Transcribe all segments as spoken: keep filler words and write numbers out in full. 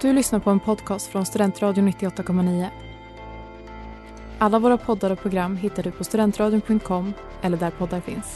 Du lyssnar på en podcast från Studentradion nittioåtta komma nio. Alla våra poddar och program hittar du på studentradion punkt com eller där poddar finns.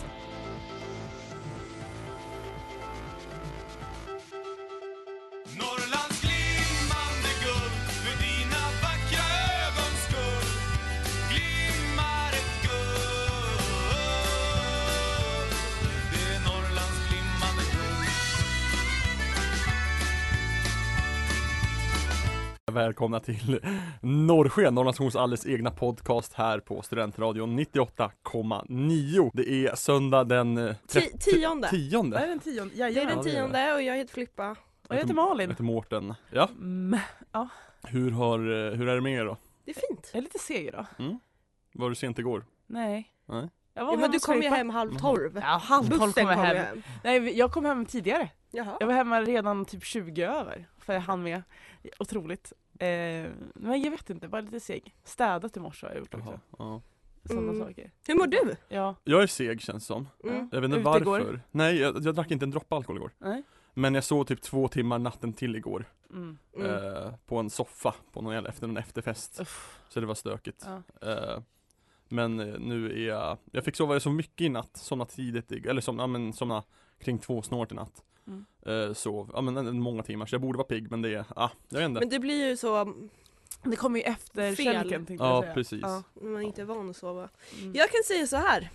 Välkomna till Norrsken, Norrlands alldeles egna podcast här på Studentradion nittioåtta komma nio. Det är söndag den trettio tionde. tionde. Det är den tionde. Ja, Det är den det är tionde och jag heter Flippa. Och jag heter Malin. Jag heter Mårten. Ja. Mm, ja. Hur, har, hur är det med er då? Det är fint. Jag är lite seg idag. Mm. Var du sent igår? Nej. Nej. Jag var Ja, men hemma du hos kom ju Filippa. hem halv tolv. Ja, halv tolv Bussen kom jag kom ju hem. hem. Nej, jag kom hem tidigare. Jaha. Jag var hemma redan typ tjugo över. För jag hann med. Otroligt. Eh, men jag vet inte, bara lite seg. Städat i morse har jag gjort också. Jaha, ja. Sådana Mm. saker. Hur mår du? Ja. Jag är seg känns som. Mm. Jag vet inte Ute varför. igår? Nej, jag, jag drack inte en droppe alkohol igår. Nej. Men jag sov typ två timmar natten till igår. Mm. Mm. Eh, på en soffa på någon jävla, efter någon efterfest. Uff. Så det var stökigt. Ja. Eh, men eh, nu är jag, jag fick sova så mycket i natt, somna tidigt, i- eller som, ja, men, somna kring två snart i natt. Mm. Eh, sov, ja men en- många timmar, så jag borde vara pigg, men det är, ah, jag vet inte. Men det blir ju så Det kommer ju efter Fel. kälken, tänkte jag Ja, säga. precis. ja, när man inte är van att sova. Mm. Jag kan säga så här.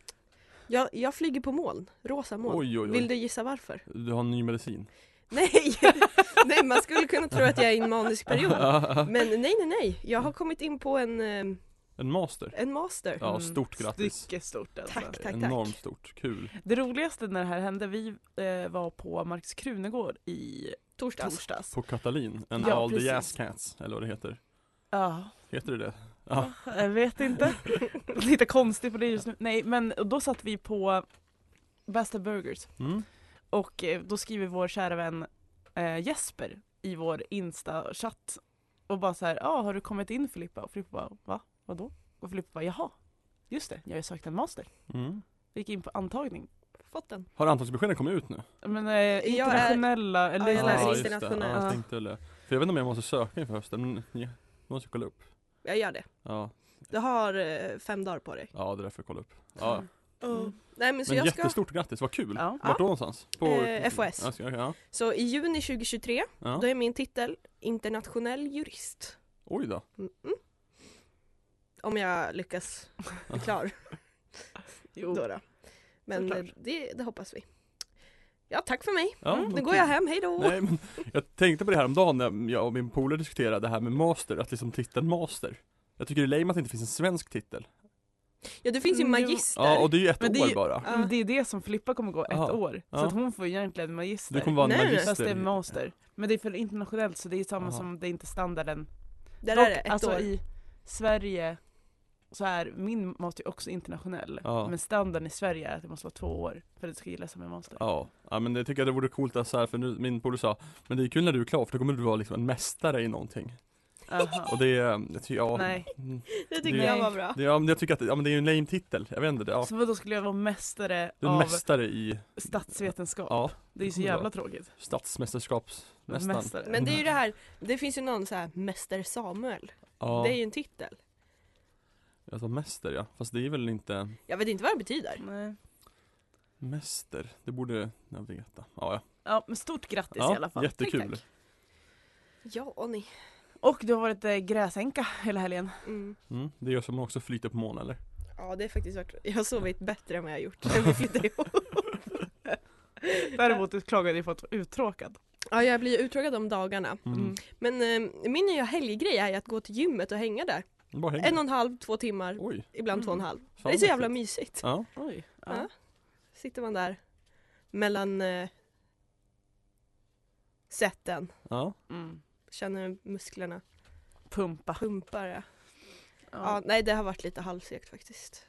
Jag, jag flyger på moln. Rosa moln. Oj, oj, oj. Vill du gissa varför? Du har en ny medicin. Nej! Nej, man skulle kunna tro att jag är i en manisk period. Men nej, nej, nej. Jag har kommit in på en, eh, En master. en master. Ja, Mm. stort grattis. Stycke stort alltså. Tack, tack, tack. Enormt stort, kul. Det roligaste när det här hände, vi eh, var på Marcus Krunegård i Torsdags. torsdags. På Katalin, en Ja, All the precis. Jazz Cats, eller vad det heter. Ja, Heter det det? Ja. jag vet inte. Lite konstigt på det just nu. Nej, men då satt vi på Bästa Burgers. Mm. Och eh, då skriver vår kära vän eh, Jesper i vår Insta-chatt. Och bara så här, ja, har du kommit in Filippa? Och Filippa bara, va? Vadå? Och Filippa bara, jaha. Just det, jag har ju sökt en master. Mm. Vi gick in på antagning. Fått den. Har antagningsbeskeden kommit ut nu? Men eh, är- internationella, eller Ja, jag läser Ja, just det. internationellt. Ja, jag Ja. tänkte det. För jag vet inte om jag måste söka inför hösten, men ja, jag måste kolla upp. Jag gör det. Ja, Du har eh, fem dagar på dig. ja det är därför jag kollar upp. Ja. Mm. Nej, men så Men jag ska... jättestort grattis, vad kul! Ja. Vart då någonstans? På Eh, F O S. Ja, ska jag- ja. Så i juni tjugohundratjugotre, Ja. då är min titel internationell jurist. Oj då. Mm -mm. Om jag lyckas bli klar. Jo. Då då. Men Såklart. eh, det, det hoppas vi. Ja, tack för mig. Ja, Mm, vad nu går kul. jag hem, hej då. Nej, men jag tänkte på det här om dagen när jag och min polare diskuterade det här med master, att liksom titeln master. Jag tycker det är lame att det inte finns en svensk titel. Ja, det finns ju Mm, jo. magister. Ja, och det är ju ett Men det är år ju- bara. Ja. Men det är det som Filippa kommer gå ett Aha. år. Ja. Så att hon får egentligen magister. Du kommer vara en Nej, nej. magister. Fast det är master. Men det är för internationellt, så det är samma Aha. som det är inte standarden. Där Dock, är det ett alltså år. i Sverige så är min master ju också internationell. Ja. Men standarden i Sverige är att det måste vara två år för att det ska gillas som en master. Ja, ja men det tycker jag det vore coolt att så här, för nu, min polare sa, men det är kul när du är klar för då kommer du vara liksom en mästare i någonting. Aha. Och det är, jag tycker, ja. Nej. Mm, Det tycker det- jag var bra. det, ja, men jag tycker att, ja men det är ju en lame titel, jag vet inte, det, ja. Så då skulle jag vara mästare Du är en av mästare i, statsvetenskap. ja, Det är ju så jävla tråkigt. statsmästerskapsmästaren. Mästare. Men det är ju det här, det finns ju någon så här Mäster Samuel. Ja, Det är ju en titel. alltså mäster ja, fast det är väl inte Jag vet inte vad det betyder. Nej. mäster, det borde jag veta. Ja, ja. Ja, men stort grattis ja i alla fall. jättekul. Tack, tack. Ja, ni. Och du har varit eh, gräsänka hela helgen. Mm. Mm, det gör som man också flyter på månen eller? Ja, det är faktiskt varit, jag har sovit bättre än vad jag har gjort sen vi flyttade ihop. Däremot du klagade ju på att vara uttråkad. Ja, jag blir uttråkad om dagarna. Mm. Mm. Men eh, min nya helggrej är att gå till gymmet och hänga där. Bara hänger. En och en halv, två timmar, Oj, ibland Mm. två och en halv. fan det är så vad jävla fint. mysigt. Ja, Oj. Ja. Ja. Sitter man där mellan eh, sätten, ja. Mm. känner musklerna Pumpa. pumpar. Ja. Ja, Ja. nej, det har varit lite halvsegt faktiskt.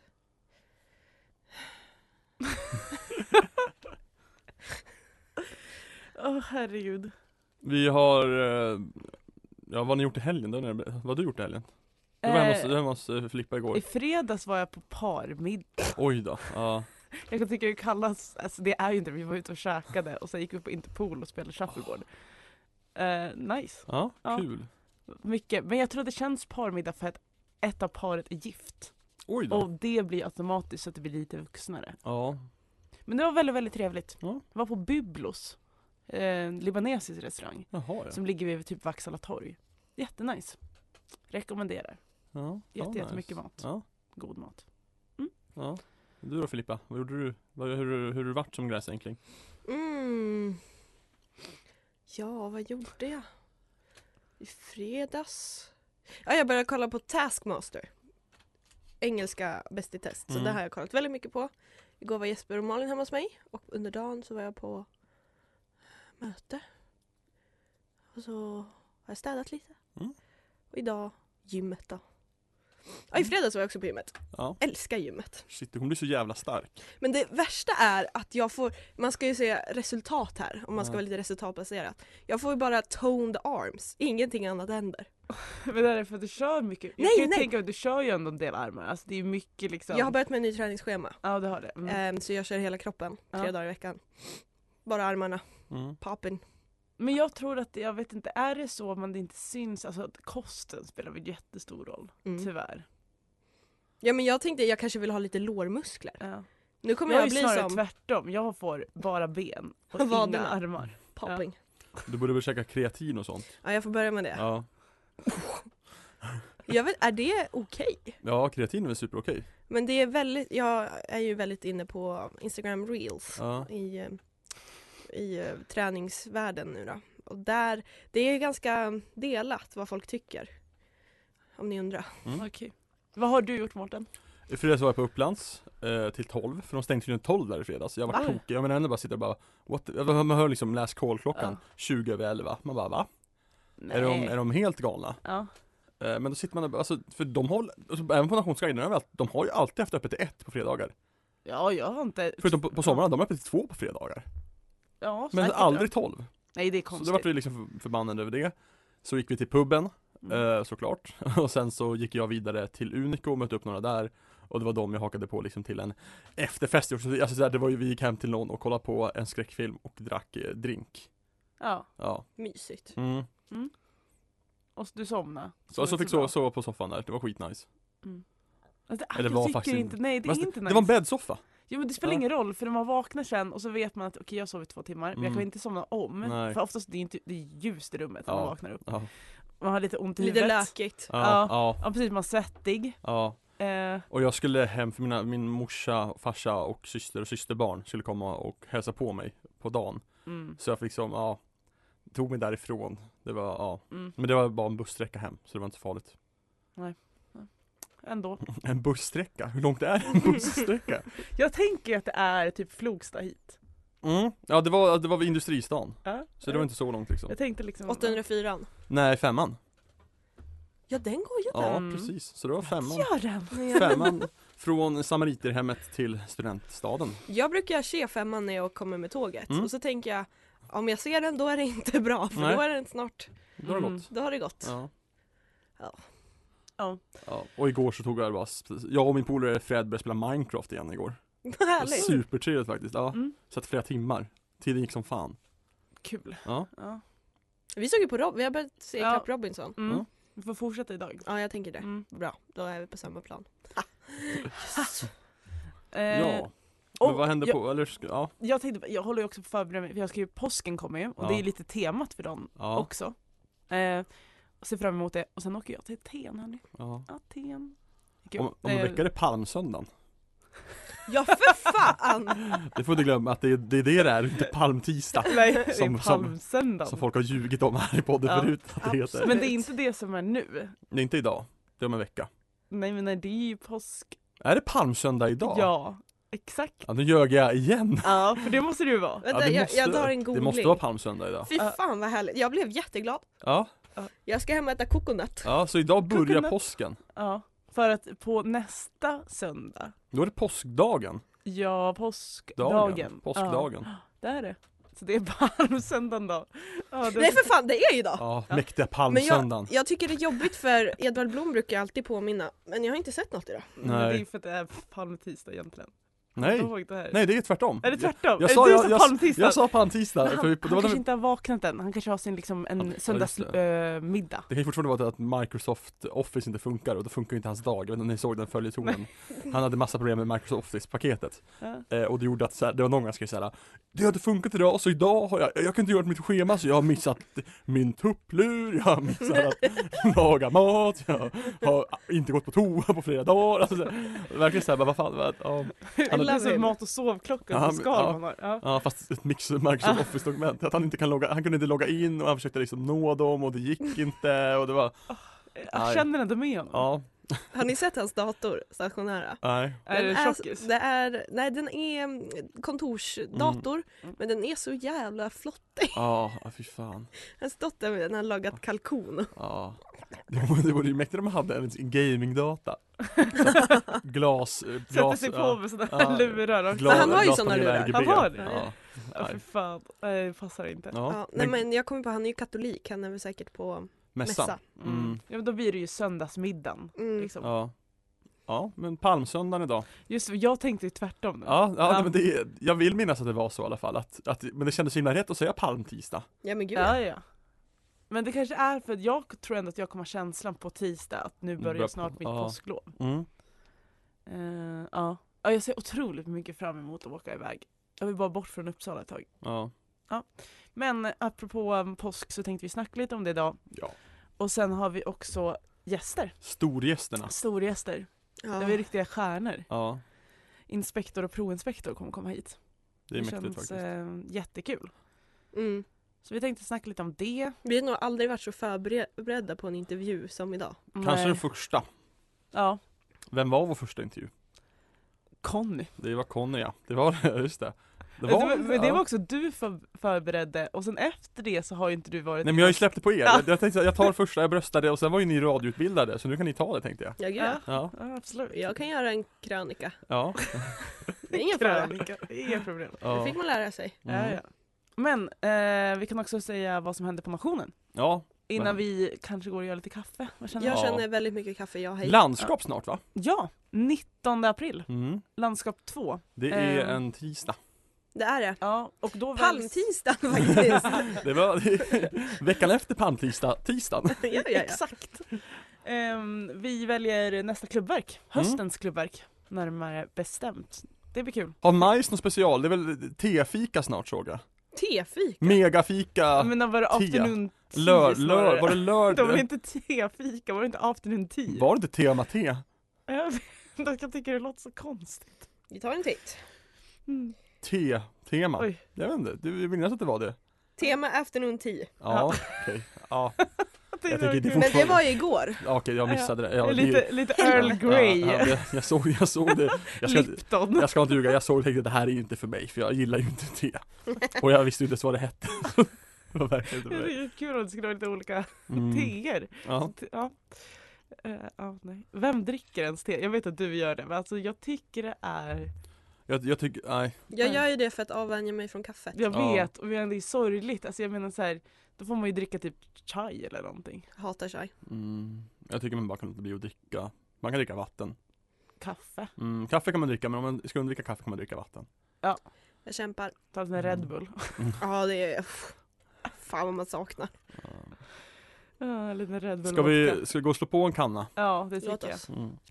Åh, herregud. Vi har, eh, ja vad har ni gjort i helgen då? Vad har du gjort i helgen? Du var hemma hos, du var hemma hos eh, Filippa igår. I fredags var jag på parmiddag. Oj då, ja. Jag kan tycka det kallas, alltså det är ju inte, vi var ute och käkade och sen gick vi på Interpol och spelade shuffleboard. Eh, nice. Ja, Ja. kul. Mycket. Men jag tror att det känns parmiddag för att ett av paret är gift. Oj då. Och det blir automatiskt så att det blir lite vuxnare. Ja. Men det var väldigt, väldigt trevligt. Ja. Jag var på Byblos. Eh, libanesisk restaurang. Jaha, ja. Som ligger vid typ Vaksala torg. Jättenice. Rekommenderar. Ja, Jätte, ja, jättemycket nice. mat. Ja, God mat. ja. Du då Filippa, vad gjorde du? Vad, hur, hur har du varit som gräsänkling? Mm. Ja, vad gjorde jag? I fredags? Ja, jag började kolla på Taskmaster. Engelska Bäst i test. Så Mm. det har jag kollat väldigt mycket på. Igår var Jesper och Malin hemma hos mig. Och under dagen så var jag på möte. Och så har jag städat lite. Mm. Och idag gymmet då. Ja, i fredags var jag också på gymmet. Ja. Älskar gymmet. Shit, du kommer bli så jävla stark. Men det värsta är att jag får, man ska ju se resultat här, om man ska Ja. vara lite resultatbaserat. Jag får ju bara toned arms, ingenting annat händer. Men det är för att du kör mycket. Jag Nej, kan ju nej. tänka att du kör ju ändå en del armar. Alltså det är mycket liksom. Jag har börjat med en ny träningsschema, Ja, du har det. Mm. Ehm, så jag kör hela kroppen, tre Ja. dagar i veckan. Bara armarna, Mm. poppin. Men jag tror att, jag vet inte, är det så att man inte syns, alltså att kosten spelar väl jättestor roll, Mm. tyvärr. Ja, men jag tänkte jag kanske vill ha lite lårmuskler. Ja. Nu kommer Jag jag, är bli snarare som tvärtom, jag får bara ben och inga Vaderna. armar. popping. Du borde väl käka kreatin och sånt. Ja, jag får börja med det. Ja, Jag vet, är det okej? ja kreatin är väl super okej. Men det är väldigt, jag är ju väldigt inne på Instagram Reels. Ja. i, eh, i eh, träningsvärlden nu då. Och där, det är ganska delat vad folk tycker. Om ni undrar. Mm. Okej. Vad har du gjort, Mårten? I fredags var jag på Upplands eh, till tolv, för de stängde ju tolv där i fredags. Jag var Va? tokig, jag menar ändå bara sitta och bara what the, man hör liksom läs call-klockan Ja. tjugo över elva. Man bara va? Nej. Är de, är de helt galna? Ja. Eh, men då sitter man och bara, alltså, för de har alltså, även på Nationsguiden överallt, de har ju alltid haft öppet till ett på fredagar. Ja, jag har inte... Förutom på, på sommaren, de har öppet till två på fredagar. Ja, Men säkert, aldrig ja. tolv. Nej, det är Så konstigt. då var vi liksom för- förbannade över det. Så gick vi till puben, Mm. eh, såklart. Och sen så gick jag vidare till Unico och mötte upp några där. Och det var de jag hakade på liksom till en efterfest. Alltså så här, det var ju, vi gick hem till någon och kollade på en skräckfilm och drack eh, drink. Ja. Ja. Mysigt. Mm. Och du somnade. Så, så det fick så bra. sova, sova på soffan där, det var skitnice. Mm. Alltså, det, Eller jag var tycker faktiskt inte, nej det är Fast inte det, nice. det var en bäddsoffa. Jo, men det spelar Ja. ingen roll, för när man vaknar sen och så vet man att okej, jag har sovit två timmar, men jag Mm. kan inte somna om. Nej. För oftast det är inte, det är ljust i rummet när Ja. man vaknar upp. Ja, Man har lite ont i Lite huvudet. lökigt. ja, Ja. ja. Ja, precis, man är svettig. ja. Eh, Och jag skulle hem för mina, min morsa, farsa och syster och systerbarn skulle komma och hälsa på mig på dagen. mm, Så jag fick liksom, ja, tog mig därifrån. Det var, ja. mm, Men det var bara en bussträcka hem, så det var inte så farligt. ändå. En bussträcka? Hur långt är en bussträcka? Jag tänker att det är typ Flogsta hit. Mm. Ja, det var, det var vid industristan. Ja. Så det var inte så långt liksom. Jag tänkte liksom... åttahundrafyra. Nej, femman. Ja, den går ju Ja, där. Mm. precis. Så det var femman. Gör den? Femman från Samariterhemmet till studentstaden. Jag brukar se femman när jag kommer med tåget. Mm. Och så tänker jag, om jag ser den då är det inte bra. För Nej. då är den snart, Då har det Mm. gått. då har det gått. Ja. Ja. Ja. Ja. Och igår så tog jag bara, jag och min polare Fred började spela Minecraft igen igår. Det var Härligt. supertrevligt faktiskt. Ja. Mm. Satt flera timmar. Tiden gick som fan. Kul. Ja. Ja. Vi såg ju på Rob, vi har börjat se Ja. Cap Robinson. Mm. Ja. Vi får fortsätta idag. Ja, jag tänker det. Mm. Bra, då är vi på samma plan. Eh, Ja. och Men vad hände jag, på, eller ska- ja. Jag tänkte, jag håller ju också på att förbereda mig, för jag ska ju, påsken kommer ju, och Ja. det är lite temat för dem Ja. också. Eh, och ser fram emot det, och sen åker jag till Aten, hörni. Ja. Aten. Kul. Om, om en Eh, vecka är det palmsöndagen. Ja, för fan! Det får du glömma att det är det är det, det är, inte palmtisdag. Nej, det är Som- som- palmsöndagen. Som folk har ljugit om här i podden Ja. förut att det heter. Men det är inte det som är nu. Det är inte idag, det är om en vecka. Nej, men nej, det är ju påsk. Är det palmsöndag idag? Ja, exakt. Ja, nu ljög jag igen. Ja, för det måste det ju vara. Vänta, Ja, det jag, måste- jag tar en googling. Det måste vara palmsöndag idag. Fy fan vad härligt, jag blev jätteglad. Ja, Jag ska hem och äta kokonat. ja så idag börjar Coconut. påsken. Ja, för att på nästa söndag, Då är det påskdagen. ja, påskdagen. Dagen. Påskdagen. Ja, det är det. Så det är palmsöndagen då. Ja, det... Nej för fan, det är ju idag! Ja, Ja. mäktiga Men palmsöndagen. jag, jag tycker det är jobbigt för Edvard Blom brukar alltid påminna. Men jag har inte sett något idag. Men det är Nej. ju för att det är palmtisdag egentligen. Nej, Jag det här. nej det är tvärtom. Är det tvärtom? Jag, jag är sa, det du jag, som jag, palmtisdag? jag sa palmtisdag. Han, för vi, han det var kanske den, inte har vaknat än. Han kanske har sin liksom en Ja, just söndagsmiddag. Uh, det kan ju fortfarande vara att Microsoft Office inte funkar och då funkar ju inte hans dag. Jag vet inte om ni såg den följetonen. Han hade massa problem med Microsoft Office-paketet. ja. Eh, och det gjorde att så här, det var någon gång jag skrev såhär: det har inte funkat idag, så idag har jag, jag kan inte göra mitt schema, så jag har missat min tupplur, jag har missat att laga mat, jag har inte gått på toa på flera dagar. Alltså, så här, verkligen såhär, vad fan, vad, ja. Det Han, är som mat- och sovklockan Ja, på skal ja. man har. Ja. ja, fast ett mix Microsoft Office-dokument, att han inte kan logga, han kunde inte logga in och han försökte liksom nå dem och det gick inte och det var, Jag Nej. känner ändå med honom. ja, Har ni sett hans dator, stationära? nej. Är det Den tjockis? det är, nej den är mm, kontorsdator, Mm. men den är så jävla flottig. Ja, ja, fy fan. Han har stått där med den, han har lagat kalkon. Ja. Det vore, det vore ju mäktigt om man hade en gamingdata. Glas, eh, Sätter glas, sig på ja. med sådana Ja. lurar också. Glas, han har ju glas såna panel lurar. R G B. Han har det? Ja. Ja, för fan. Nej, det passar inte. Ja. Ja, nej men jag kommer på, han är ju katolik, han är väl säkert på mässan. mässa. Mm. Mm. Ja, men då blir det ju söndagsmiddagen. Mm. Liksom. Ja. Ja, men palmsöndagen idag. Just det, jag tänkte ju tvärtom nu. Ja, ja, Ja. men det är, jag vill minnas att det var så i alla fall. Att, att, men det kändes så himla rätt att säga palmtisdag. Ja men gud. Ja, ja. Men det kanske är för att jag tror ändå att jag kommer ha känslan på tisdag att nu börjar Börjar- snart mitt ja. påsklov. Mm. Uh, ja. ja, jag ser otroligt mycket fram emot att åka iväg. Jag vill bara bort från Uppsala ett tag. Ja. Men eh, apropå um, påsk så tänkte vi snacka lite om det idag. Ja. Och sen har vi också gäster, Storgästerna. storgäster. Ja. Det är riktiga stjärnor. Ja, Inspektor och proinspektor kommer komma hit. det är det mäktigt känns faktiskt. eh, jättekul. Mm. Så vi tänkte snacka lite om det. Vi har nog aldrig varit så förberedda på en intervju som idag. Kanske Nej. den första. Ja, Vem var vår första intervju? Conny. Det var Conny, ja. Det var det, just det. Det Det var, men det ja. var också du för, förberedde och sen efter det så har ju inte du varit... Nej men jag har ju släppt det på er. Ja. Jag, jag tänkte jag tar första, jag bröstade och sen var ju ni radioutbildade så nu kan ni ta det tänkte jag. Ja, gud, Ja, ja. Ja, ja absolut. Jag kan göra en krönika. ja. Det är ingen fara. Krönika, inga problem. Det Ja, fick man lära sig. Ja, mm. ja. Men eh, vi kan också säga vad som hände på nationen. ja. Innan Men- vi kanske går och gör lite kaffe. Vad känner Jag du? Ja. känner väldigt mycket kaffe, jag hej. Landskap snart va? Ja, nittonde april. Mm. Landskap två. Det är Ehm. en tisdag. Det är det. Ja, och då väljs... Palmtisdag faktiskt. Det var veckan efter palmtisdag, tisdagen. ja, ja, ja. Exakt. Ehm, vi väljer nästa klubbverk. Höstens klubbverk. Närmare bestämt. Det blir kul. Har Majs någon special? Det är väl tefika snart såg jag. Tefika. Megafika. Ja, men när var det tea. afternoon tea Lör, snarare? lör, var det lördag? Det var inte tefika, var det inte afternoon tea? Var det inte tema te? Jag vet inte, jag tycker det låter så konstigt. Vi tar en titt. Mm. Te, tema. Oj. Jag vet inte, du minns att det var det? Tema afternoon tea. Ja, okej. Ja, Det Jag tänker det är Men det var ju igår. ja, okej jag missade det. Ja, det- lite, lite Earl Grey. Ja, ja, det, jag såg, jag såg det. Jag ska, Lipton. jag ska inte ljuga, jag såg och tänkte att det här är inte för mig för jag gillar ju inte te. Och jag visste ju inte ens vad det hette. Det var verkligen inte Det för mig. är kul om det skulle vara lite olika Mm. teer. Ja. Så te- Ja. Eh, ja, nej. Vem dricker ens te? Jag vet att du gör det, men alltså jag tycker det är... Jag, jag tycker, nej. Jag gör ju det för att avvänja mig från kaffet. Jag Ja. vet, och det är sorgligt. Alltså jag menar så här, då får man ju dricka typ chai eller någonting. Hatar chai. Mm. Jag tycker man bara kan låta bli att dricka. Man kan dricka vatten. Kaffe. Mm. Kaffe kan man dricka, men om man ska undvika kaffe kan man dricka vatten. Jag kämpar. Ta en Red Bull. Ja, det är... Fan vad man saknar. Ja. Ja, en liten Red Bull Ska vi, vodka. ska vi gå och slå på en kanna? Ja, det Låt tycker jag. oss. Mm.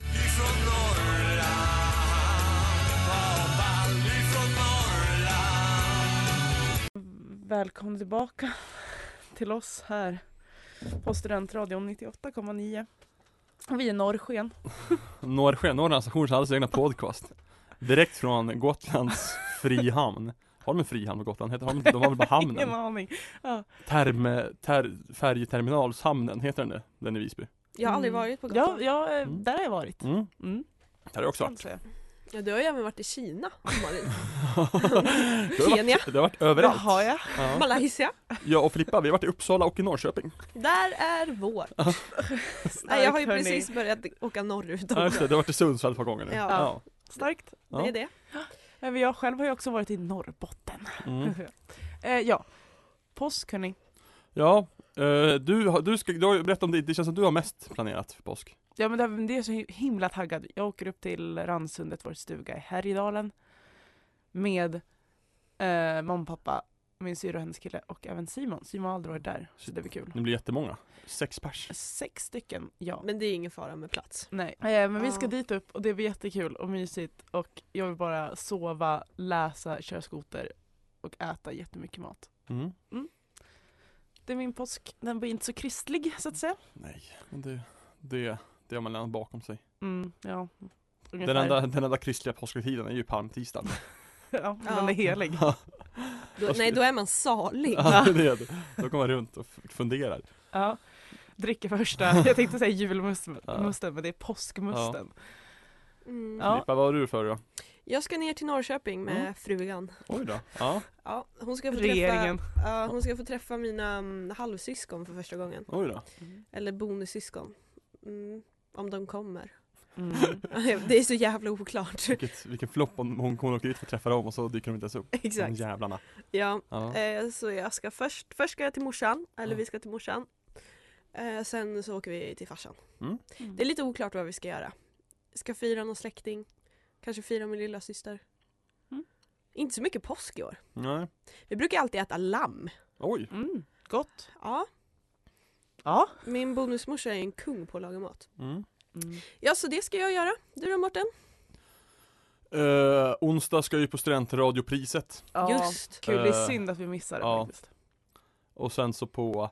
Välkommen tillbaka till oss här på Studentradion nittioåtta komma nio. Vi är norrsken. Norrsken, Norrlands stations alldeles egna podcast. Direkt från Gotlands frihamn. Har de en frihamn på Gotland? Heter, har de, de har väl bara Ingen hamnen? aning. Ja, Terme, ter, färjeterminalshamnen, heter den det? Den i Visby. Jag har aldrig Mm. varit på ja, Gotland. ja eh, Mm. där har jag varit. Mm. Mm. Där har jag också kan varit. säga. Ja, du har ju även varit i Kina, Malin. Du har Kenya. varit, du har varit överallt. Jaha, ja. Ja. Malaysia. Jag och Filippa, vi har varit i Uppsala och i Norrköping. Där är vår. Nej, jag har ju hörni. precis börjat åka norrut Ja, just också. det, du har varit i Sundsvall ett par gånger nu. Ja. Ja. Starkt. Ja. Det är det. Men jag själv har ju också varit i Norrbotten. Mm. eh, ja, påsk hörni. Ja, eh, du, har- du ska du har ju berättat om det, det känns som du har mest planerat för påsk. Ja men det, det är så himla taggad. Jag åker upp till Ransundet, vår stuga i Härjedalen. med eh, mamma och pappa, min syrra och hennes kille och även Simon. Simon har aldrig varit där, så det blir kul. Det blir jättemånga. Sex pers. Sex stycken, ja. Men det är ingen fara med plats. Nej, eh, men vi ska Ja. dit upp och det blir jättekul och mysigt och jag vill bara sova, läsa, köra skoter och äta jättemycket mat. Mm. Det är min påsk. Den blir inte så kristlig så att säga. Nej, men det, det, det har man lämnat bakom sig. Mm, ja. Den Ungefär. enda, den enda kristliga påskhögtiden är ju palmtisdagen. Ja, Ja. den är helig. Då, nej, då är man salig. Ja, det är det. Då går man runt och f- funderar. Ja. Dricka första, jag tänkte säga julmusten, Ja. musten, men det är påskmusten. Mm. Ja. Filippa, vad har du för då? Jag ska ner till Norrköping med Mm. frugan. Oj då. Ja, Ja, hon ska få Regeringen. träffa, ja, hon ska få träffa mina um, halvsyskon för första gången. oj då. Eller bonussyskon. Mm, om de kommer. Mm. Det är så jävla oklart. Vilket, vilken flopp om hon, hon åker dit för att träffa dem och så dyker de inte ens upp. De Exakt. jävlarna. Ja, Ja. eh, så jag ska först, först ska jag till morsan, eller Ja. vi ska till morsan. Eh, sen så åker vi till farsan. Mm. Det är lite oklart vad vi ska göra. Ska fira någon släkting. Kanske fira min lilla syster. Mm. Inte så mycket påsk i år. Nej. Vi brukar alltid äta lamm. Oj. Mm. Gott. Ja, Ja. min bonusmorsa är en kung på att laga mat. Mm. Mm. Ja, så det ska jag göra. Du då, Mårten? Uh, onsdag ska ju på studentradiopriset. Ja. Just. Kul, det är Eh, synd att vi missar det ja. faktiskt. Och sen så på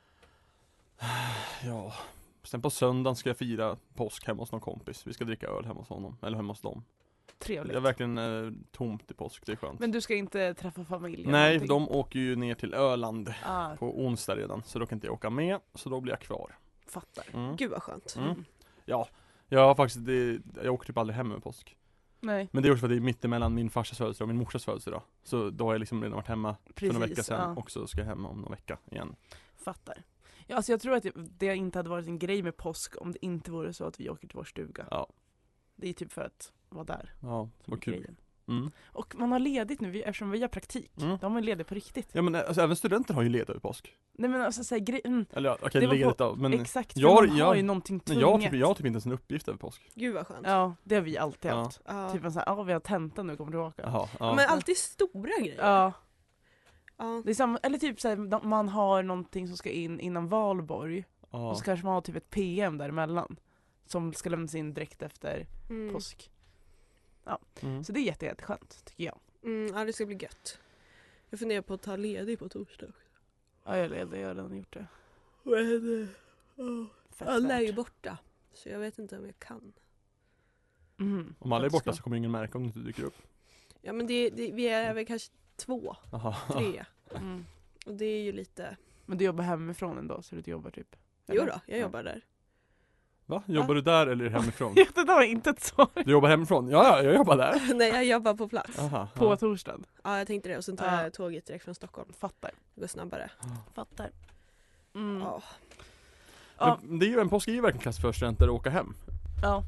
Ja Sen på söndagen ska jag fira påsk hemma hos någon kompis. Vi ska dricka öl hemma hos honom. Eller hemma hos dem. Det Trevligt. är verkligen eh, tomt i påsk, det är skönt. Men du ska inte träffa familj? eller Nej, någonting? de åker ju ner till Öland Ah, på onsdag redan. Så då kan inte jag åka med. Så då blir jag kvar. fattar. Mm. Gud vad skönt. Mm. Ja, jag har faktiskt det, jag åker typ aldrig hem med påsk. Nej, Men det är också för att det är mitt emellan min farsas födelsedag och min morsas födelsedag. Så då har jag liksom redan varit hemma för några veckor sedan. ja. Och så ska jag hem om någon vecka igen. Fattar. Ja, alltså jag tror att det, det inte hade varit en grej med påsk om det inte vore så att vi åker till vår stuga. Ja, Det är typ för att vara där. ja som vad är kul. grejen. Mm. Och man har ledigt nu vi- eftersom vi har praktik. Mm. Då har man ledigt på riktigt. Ja men alltså, även studenter har ju ledigt över påsk. Nej men alltså såhär, grej, mm, Eller ja, okej Det var ledigt på- då. Men exakt, för jag- man har jag- ju någonting men tvunget. jag, har typ, jag har typ inte ens en uppgift över påsk. Gud vad skönt. Ja, det har vi alltid Ja. haft. Ja. Typ en sån här, ja vi har tenta nu, kommer du tillbaka? Jaha, ja. Men alltid stora grejer. Ja, Ja. det är samma, eller typ såhär, de- man har någonting som ska in innan valborg. ja. Och så kanske man har typ ett P M däremellan. Som ska lämnas in direkt efter Mm. påsk. Mm. Så det är jätte, jätteskönt tycker jag. Mm, ja, det ska bli gött. Jag funderar på att ta ledig på torsdag. Ja, jag är ledig, jag har redan gjort det. Men Fett alla är ju värt. borta. Så jag vet inte om jag kan. Mm. Om alla är borta Ska- så kommer ingen märka om du inte dyker upp. Ja men det, det, vi är väl kanske två, Jaha. tre. Mm. Och det är ju lite... Men du jobbar hemifrån ändå så du inte jobbar typ? Jo eller? då, jag Ja. jobbar där. Va? Jobbar du där eller hemifrån? Ja, det där var inte ett svar. Du jobbar hemifrån? Ja, ja, jag jobbar där. Nej, jag jobbar på plats. Aha, På ja. torsdagen. Ja, jag tänkte det. Och sen tar Ja. jag tåget direkt från Stockholm. Fattar. Det går snabbare. Fattar. Mm. Ja. Ja. Ja. Men det är ju en påsk är ju verkligen klass för studenter att åka hem. Ja.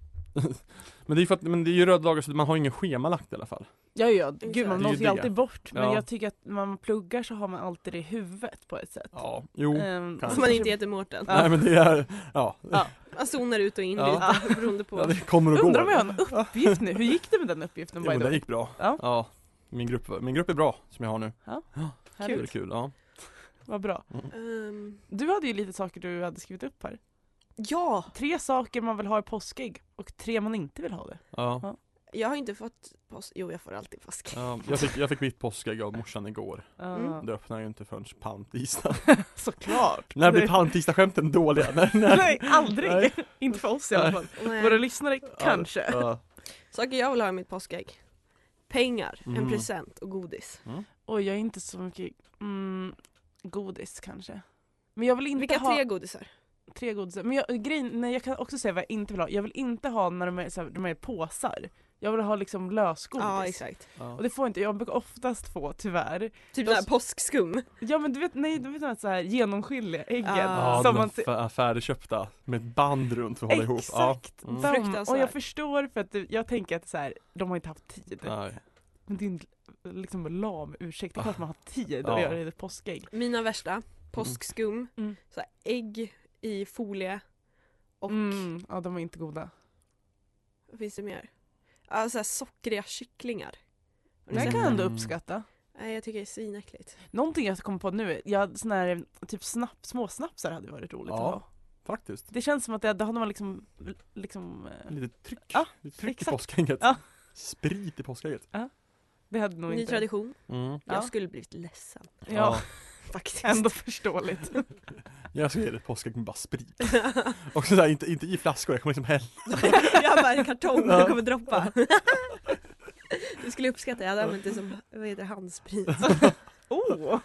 Men det är ju för att, men det är ju röda dagar så man har ingen schemalagt i alla fall. Ja, ja, gud man Det är ju nås ju det. alltid bort. Men Ja. jag tycker att när man pluggar så har man alltid det i huvudet på ett sätt. Ja, jo. Ehm, kanske. Om man inte heter Mårten. Ja. Nej men det är, ja. Ja. Man zonar ut och in Ja. lite beroende på. Ja, det kommer och går. Undrar om jag har en uppgift nu. Hur gick det med den uppgiften? Ja, by men the det way? gick bra. Ja. Ja. Min grupp, min grupp är bra som jag har nu. Så det är Härligt. kul, ja. Vad bra. Ehm, Du hade ju lite saker du hade skrivit upp här. ja, Tre saker man vill ha i påskägg och tre man inte vill ha det. Ja. jag har inte fått påsk. Jo, jag får alltid påsk. Ja, jag, fick, jag fick mitt påskägg av morsan igår. Mm. Det öppnar ju inte förrän palmtisdag. Såklart. När blir palmtisdag-skämten dåliga? När, när? Nej, aldrig. Nej. Inte för oss i alla fall. Nej. Våra lyssnare kanske. Ja. Saker jag vill ha i mitt påskägg. Pengar, en Mm. present och godis. Oj, jag är inte så mycket mm, godis kanske. Men jag vill inte Vilka ha tre godisar? tre godisar. Men jag, grejen, nej, jag kan också säga vad jag inte vill ha. Jag vill inte ha när de är, så här, de är påsar. Jag vill ha liksom lösgodis. Ja, exakt. Ja. Och det får jag inte. Jag brukar oftast få, tyvärr. Typ Då- den här påskskum. Ja men du vet, nej du vet att så här genomskinliga äggen. Ah. Ja, som de man är fä- färdigköpta med ett band runt för att hålla ihop. Exakt. Ja. Mm. De, Fruktansvärt. och jag förstår för att det, jag tänker att så här, de har inte haft tid. Nej. Men det är en liksom lam ursäkt. Det är klart man har tid Ja. att göra det i ett påskägg. Mina värsta. Påskskum. Mm. Så här, ägg i folie. Och Mm, ja, de är inte goda. vad finns det mer? Ja, så här, sockriga kycklingar. Har ni Det sett kan jag ändå Mm. uppskatta. Nej, jag tycker det är svinäckligt. Någonting jag kommer på nu, jag, sån här, typ snapp, små snapsar hade varit roligt Ja. att ha. Faktiskt. Det känns som att det, det hade man liksom, liksom eh, Lite tryck. Ja, Lite tryck exakt. i påskägget. Ja. Sprit i påskägget. det hade nog Ny inte. tradition. Mm. Ja. Jag skulle blivit ledsen. Ja, Faktiskt. ändå förståeligt. Jag ska ge det ett påskägg med bara sprit. Och så där, inte, inte i flaskor, jag kommer liksom hälla. Jag bara en kartong och Ja. det kommer droppa. Du skulle uppskatta, jag hade använt det som, vad heter det, handsprit. Oh!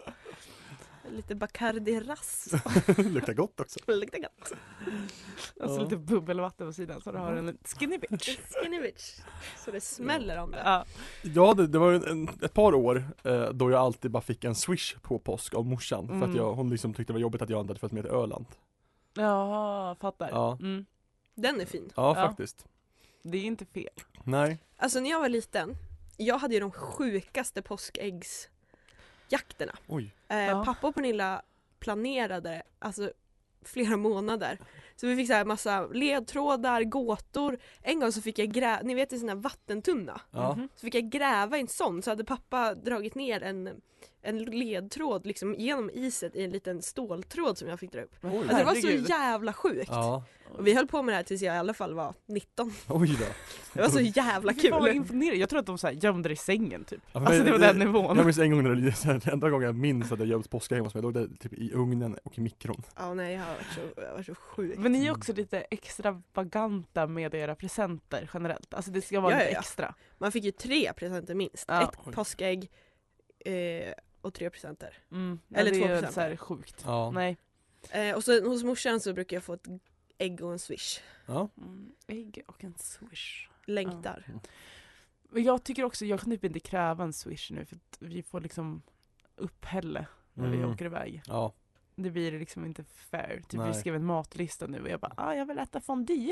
Lite Bacardi Ras. Luktar gott också. Luktar gott. Och så Ja. lite bubbelvatten på sidan så du har en skinny bitch. Skinny bitch. Så det smäller om det. Ja. Ja, det, det var ju en, ett par år eh, då jag alltid bara fick en swish på påsk av morsan. För att Mm. jag, hon liksom tyckte det var jobbigt att jag inte hade följt med till Öland. Ja, fattar. Ja. Mm. Den är fin. Ja, Ja. faktiskt. Det är inte fel. Nej. Alltså när jag var liten, jag hade ju de sjukaste påskäggsjakterna. Oj. Eh, Ja. Pappa och Pernilla planerade alltså flera månader. Så vi fick så här massa ledtrådar, gåtor. En gång så fick jag gräva, ni vet en sån här vattentunna. Ja. Mhm. Så fick jag gräva i en sån, så hade pappa dragit ner en, en ledtråd liksom genom iset i en liten ståltråd som jag fick dra upp. Oj. Alltså det var så Herregud. jävla sjukt. Ja. Och vi höll på med det här tills jag i alla fall var nitton. Oj då. Det var så jävla Fy fan vad kul. imponerande. Jag tror att de så här gömde det i sängen typ. Ja, men Alltså det var den Jag nivån. minns en gång när det, så här, enda gången jag minns att jag gömt påskägg hos mig, då var det typ i ugnen och i mikron. Ja nej, jag har varit så, jag har varit så sjuk. Men ni är också lite extravaganta med era presenter generellt. Alltså det ska vara Ja, lite ja, ja. extra. Man fick ju tre presenter minst. Ja. Ett Oj. påskägg eh, och tre presenter. Mm. Eller ja, det två är presenter. så här sjukt. Ja. Nej. Eh, och så hos morsan så brukar jag få ett ägg och en swish. Ja. Mm. Ägg och en swish. Längtar. Men jag tycker också, jag kan typ inte kräva en swish nu för att vi får liksom upphälle när vi Mm. åker iväg. Ja. Det blir liksom inte fair. Typ Nej. vi skrev en matlista nu och jag bara, ah, jag vill äta fondue.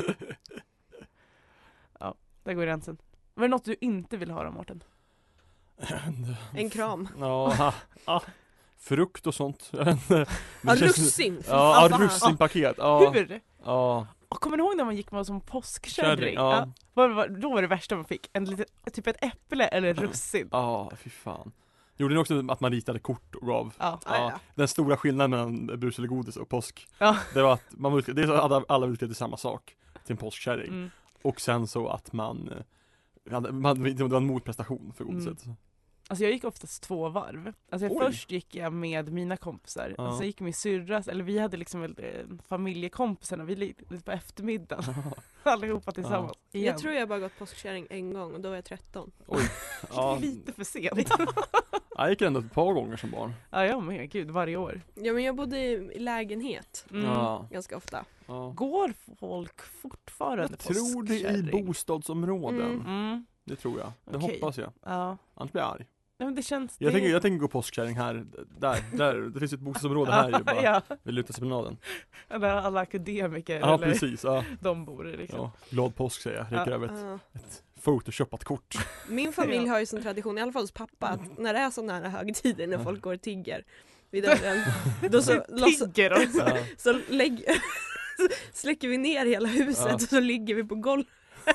Ja, där går gränsen. Var det något du inte vill ha då, Mårten? En kram. Ja. ha, ha. Frukt och sånt. Jag vet inte. Ja, Det känns- russin. Fy Ja, fan. russinpaket. Ja. Hur? Ja. Och kommer ni ihåg när man gick med som påskkärring? Kärring, ja. Vad var- Då var det värsta man fick. En liten, typ ett äpple eller russin. Ja, fy fan. Gjorde ni också att man ritade kort och gav? Ja. Ja, ja. Den stora skillnaden mellan brus eller godis och påsk, Ja. det var att man var, det är så att alla, alla var ute till samma sak, till en påskkärring. Mm. Och sen så att man, eh, hade- man det var en motprestation för godiset. Alltså jag gick oftast två varv. Alltså jag Oj. först gick jag med mina kompisar. Ja. Och sen gick min syrras, eller vi hade liksom väl, eh, familjekompisarna, vi gick lite på eftermiddagen. Allihopa tillsammans. Igen. Jag tror jag bara gått påskkärring en gång och då var jag tretton. Oj. Ja, Lite för sent. jag gick ändå ett par gånger som barn. Ja, jag med. Gud, varje år. Ja men jag bodde i lägenhet Mm. Ja, ganska ofta. ja. Går folk fortfarande Jag tror det i påskkärring? bostadsområden. Mm. Mm. Det tror jag. Det Okej. hoppas jag. Ja. Annars blir jag arg. Nej, men det känns... Jag det... tänker, jag tänker gå påskkärring här, där, där. Det finns ett bostadsområde här ju bara. Ja, Vid Lutaspromenaden. där alla akademiker Ja, eller precis. Ja. de bor i liksom. Ja. Glad påsk säger jag. Räcker Ja. över ett, Ja. ett photoshopat kort. Min familj Ja. har ju som tradition, i alla fall hos pappa, att när det är sådana här högtider när folk går och tigger vid dörren, då så, loss, Tigger också. Ja. så lägg, släcker vi ner hela huset Ja. och så ligger vi på golvet.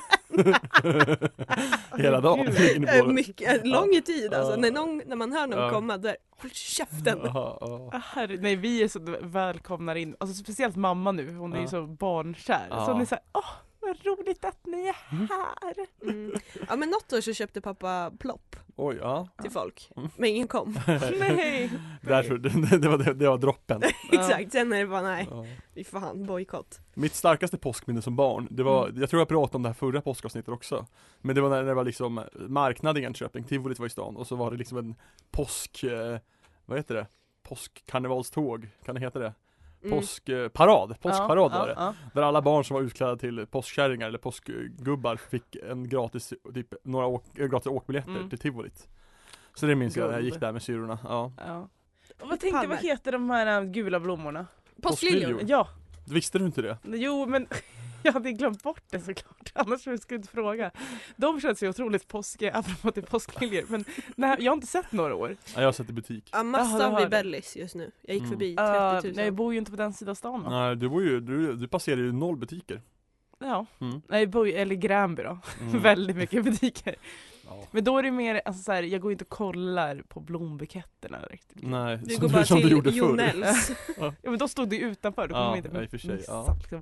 Hela dagen. Gud. ligger ni Eh, på det. Mycket, lång tid alltså. Ja. När, någon, när man hör någon Ja. komma där, håll käften! Ja, ja. Ah, herre, nej, vi är så välkomnar in, alltså speciellt mamma nu, hon är ju Ja. så barnkär. Ja. Så hon är såhär, åh vad roligt att ni är här. Mm. Ja men något år så köpte pappa plopp Oj, ja. till folk, Mm. men ingen kom. Nej. Därför, det, det, var, det, det var droppen. Exakt, sen är det bara nej, Ja. fy fan, bojkott. Mitt starkaste påskminne som barn, det var, Mm. jag tror jag pratade om det här förra påskavsnittet också. Men det var när det var liksom marknad i Enköping, tivolit var i stan och så var det liksom en påsk, eh, vad heter det? Påskkarnevalståg, kan det heta det? Mm. Påskparad, påskparad Ja, var det. ja, Där alla barn som var utklädda till påskkärringar eller påskgubbar fick en gratis, typ några åk, gratis åkbiljetter Mm. till tivolit. Så det minns jag när jag Gubb. gick där med syrorna. Ja. ja. Ja. Och vad tänkte, vad Palmer. heter de här äh, gula blommorna? Påskliljor. Påskliljor. Ja, Visste du inte det? jo men jag hade glömt bort det såklart, annars skulle jag inte fråga. De känns ju otroligt påskiga, apropå till påskliljor, men nej, jag har inte sett några år. Ja, jag har sett i butik. Ja, Jaha, massa det av har vid det. Bellis just nu. Jag gick Mm. förbi Uh, trettio nej, tusen. jag bor ju inte på den sidan stan va? Nej, du, var ju, du, du passerade ju noll butiker. Ja, Mm. nej, jag bor ju, eller Gränby då. Mm. Väldigt mycket butiker. Ja. Men då är det mer, alltså så här, jag går inte och kollar på blombuketterna riktigt. Nej, Du som, går bara som du till gjorde förr. Jonells. Ja, men då stod det utanför, då kommer Ja, man inte ja, i och för sig, missa, ja. liksom.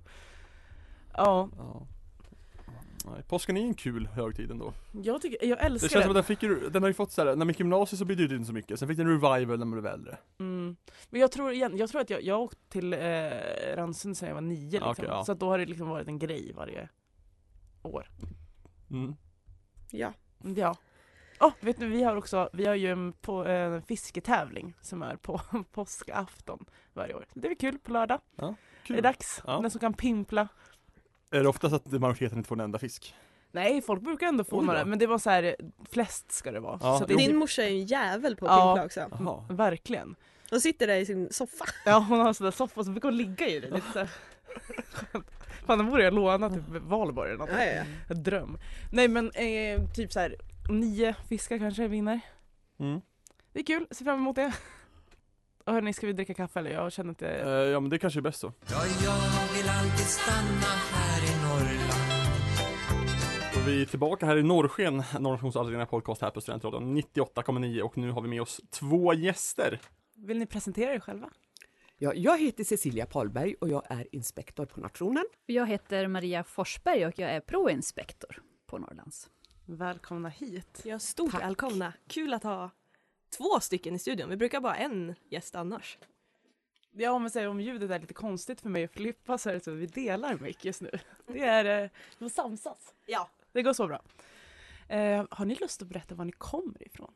Ja, Ja. Nej, påsken är en kul högtid ändå. jag tycker, jag Det älskar känns som den. att den fick ju, den har ju fått såhär, när man gick i gymnasiet så betydde det inte så mycket. Sen fick den revival när man blev äldre. Mm. Men jag tror igen, jag tror att jag, jag åkte till eh, Ransen sedan jag var nio liksom. Okej, ja. Så att då har det liksom varit en grej varje år. Mm. Ja. Ja. Oh, vet du, vi har också, vi har ju en på, en fisketävling som är på påskafton varje år. Det är väl kul på lördag. Ja, Det är kul. dags. Ja. Den som kan pimpla. Är det oftast att majoriteten inte får en enda fisk? Nej, folk brukar ändå få Oj då. några, men det var så här, flest ska det vara. Ja, så det jo. är Din morsa är ju en jävel på att Ja. pimpla också. Jaha. verkligen. Hon sitter där i sin soffa. Ja, hon har en sån där soffa så brukar hon ligga i det lite så här. Skönt. Fan, då borde jag låna typ Valborg eller något. Ja, ja, ja. En dröm. Nej men eh, typ så här nio fiskar kanske vinner. Mm. Det är kul, ser fram emot det. Och hörni, ska vi dricka kaffe eller? Jag känner inte... Eh, ja men det kanske är bäst så. Ja, jag vill alltid stanna här i Norrland. Och vi är tillbaka här i Norrsken, Norrskens alldeles podcast här på Studentradion nittioåtta komma nio och nu har vi med oss två gäster. Vill ni presentera er själva? Ja, jag heter Cecilia Pahlberg och jag är inspektor på Nationen. Jag heter Maria Forsberg och jag är proinspektor på Norrlands. Välkomna hit. Ja, stort Tack. välkomna. Kul att ha två stycken i studion. Vi brukar bara ha en gäst annars. Ja, men säg om ljudet är lite konstigt för mig och Filippa så är det så att vi delar mic just nu. Det är, eh, vi får samsas. Ja. Det går så bra. Eh, har ni lust att berätta var ni kommer ifrån?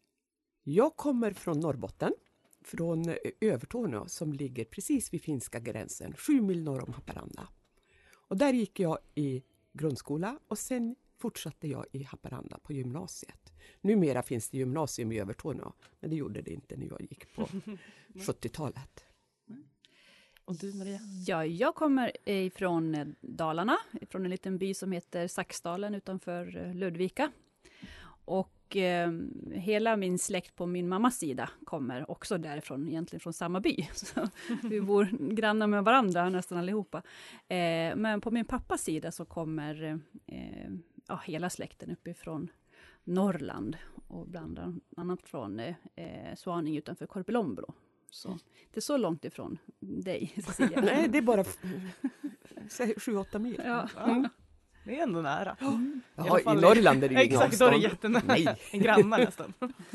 Jag kommer från Norrbotten, från eh, Övertorneå som ligger precis vid finska gränsen, sju mil norr om Haparanda. Och där gick jag i grundskola och sen fortsatte jag i Haparanda på gymnasiet. Numera finns det gymnasium i Övertorneå, men det gjorde det inte när jag gick på sjuttiotalet. Och du Maria? Ja, jag kommer ifrån eh, Dalarna, från en liten by som heter Saxdalen utanför eh, Ludvika. Och eh, hela min släkt på min mammas sida kommer också därifrån, egentligen från samma by. Så vi bor grannar med varandra nästan allihopa. Eh, men på min pappas sida så kommer eh, ja, hela släkten uppifrån Norrland och bland annat från eh, Svaninge utanför Korpilombolo. Så det är så långt ifrån dig, Cecilia. Nej, det är bara sju åtta mil. Ja. Ja, det är ändå nära. Jaha, alla i, fall i- Norrland är det ju Exakt, då är det avstånd. jättenära. Nej. En grannar nästan.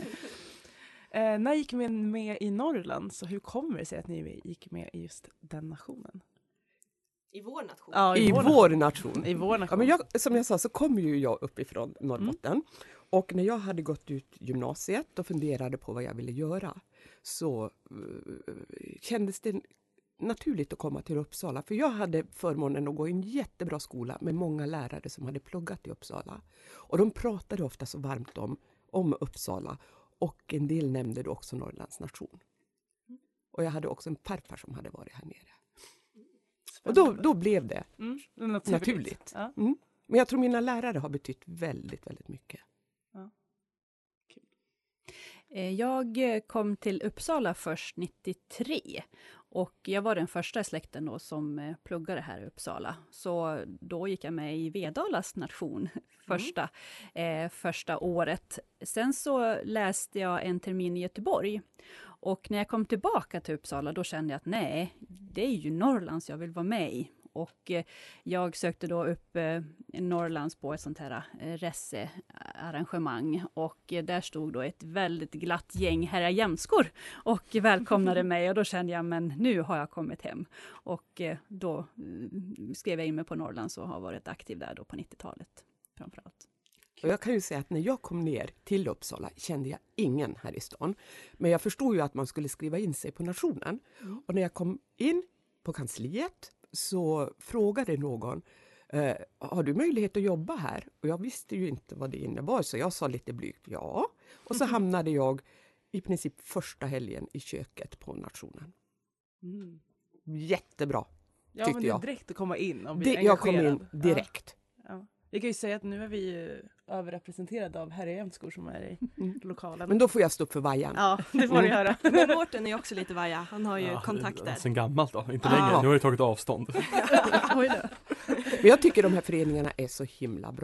eh, när gick ni med i Norrland? Så hur kommer det sig att ni gick med i just den nationen? I vår nation. Ja, I vår nation. I vår Ja, nation. men jag, som jag sa så kommer ju jag uppifrån Norrbotten. Mm. Och när jag hade gått ut gymnasiet och funderade på vad jag ville göra så uh, kändes det naturligt att komma till Uppsala. För jag hade förmånen att gå i en jättebra skola med många lärare som hade pluggat i Uppsala. Och de pratade ofta så varmt om, om Uppsala. Och en del nämnde då också Norrlands nation. Och jag hade också en farfar som hade varit här nere. Och då, då blev det. Mm, det är naturligt. Naturligt. Ja. Mm. Men jag tror mina lärare har betytt väldigt, väldigt mycket. Eh, Jag kom till Uppsala först nittiotre och jag var den första i släkten då som eh, pluggade här i Uppsala. Så då gick jag med i Vedalas nation första, eh, första året. Sen så läste jag en termin i Göteborg. Och när jag kom tillbaka till Uppsala då kände jag att nej, det är ju Norrlands jag vill vara med i. Och eh, jag sökte då upp eh, Norrlands på ett sånt här eh, researrangemang. Och eh, där stod då ett väldigt glatt gäng herrajämskor och välkomnade mig. Och då kände jag, men nu har jag kommit hem. Och eh, då eh, skrev jag in mig på Norrlands och har varit aktiv där då på nittiotalet framförallt. Och jag kan ju säga att när jag kom ner till Uppsala kände jag ingen här i stan. Men jag förstod ju att man skulle skriva in sig på nationen. Mm. Och när jag kom in på kansliet så frågade någon, eh, har du möjlighet att jobba här? Och jag visste ju inte vad det innebar så jag sa lite blygt ja. Och så hamnade jag i princip första helgen i köket på nationen. Mm. Jättebra. Ja, tyckte men det är jag. direkt att komma in och bli Det, jag kom in engagerad. direkt. Ja. Ja. Jag kan ju säga att nu är vi ju överrepresenterade av herrejämskor som är i Mm. lokalen. Men då får jag stå upp för vajan. Ja, det får ni Mm. höra. Men Mårten är ju också lite vaja. Han har ju Ja, kontakter. Sen gammalt då, inte Ah. längre. Nu har jag tagit avstånd. Oj då. Men jag tycker de här föreningarna är så himla bra.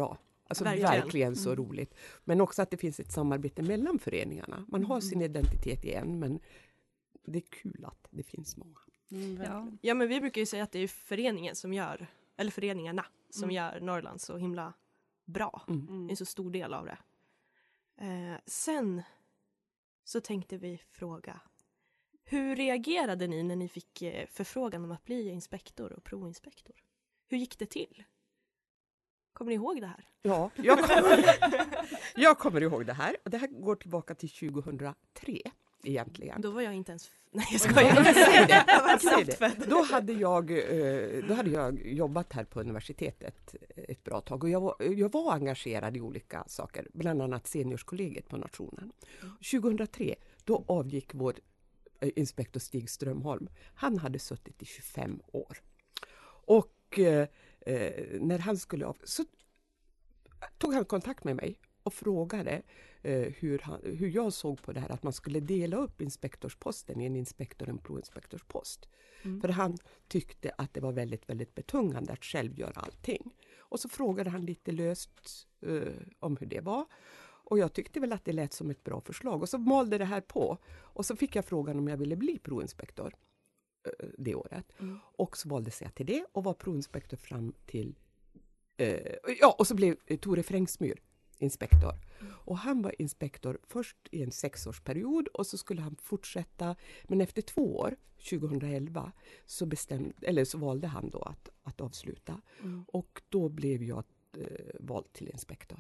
Alltså Verkligen. verkligen, så Mm. roligt. Men också att det finns ett samarbete mellan föreningarna. Man har sin Mm. identitet i en, men det är kul att det finns många. Mm, Ja. verkligen. Ja, men vi brukar ju säga att det är föreningen som gör, eller föreningarna som Mm. gör Norrland så himla bra. Mm. Mm. En så stor del av det. Eh, sen så tänkte vi fråga, hur reagerade ni när ni fick eh, förfrågan om att bli inspektor och proinspektor? Hur gick det till? Kommer ni ihåg det här? Ja, jag kommer, jag kommer ihåg det här. Det här går tillbaka till tjugohundratre egentligen. Då var jag inte ens... Nej, jag Ja, skojar. men säg det. Jag var Säg knappt det. född. Då hade jag, eh, då hade jag jobbat här på universitetet ett bra tag och jag var, jag var engagerad i olika saker, bland annat seniorskollegiet på nationen. tjugohundratre, då avgick vår eh, inspektor Stig Strömholm. Han hade suttit i tjugofem år. Och eh, eh, när han skulle av, så tog han kontakt med mig och frågade eh, hur, han, hur jag såg på det här att man skulle dela upp inspektorsposten i en inspektor och en proinspektorspost. Mm. För han tyckte att det var väldigt, väldigt betungande att själv göra allting. Och så frågade han lite löst eh, om hur det var. Och jag tyckte väl att det lät som ett bra förslag. Och så malde det här på. Och så fick jag frågan om jag ville bli proinspektor eh, det året. Mm. Och så valde jag till det och var proinspektor fram till... Eh, ja, och så blev eh, Tore Frängsmyr inspektor. Och han var inspektor först i en sexårsperiod och så skulle han fortsätta. Men efter två år, tjugohundraelva, så, bestämde, eller så valde han då att, att avsluta. Mm. Och då blev jag eh, vald till inspektor.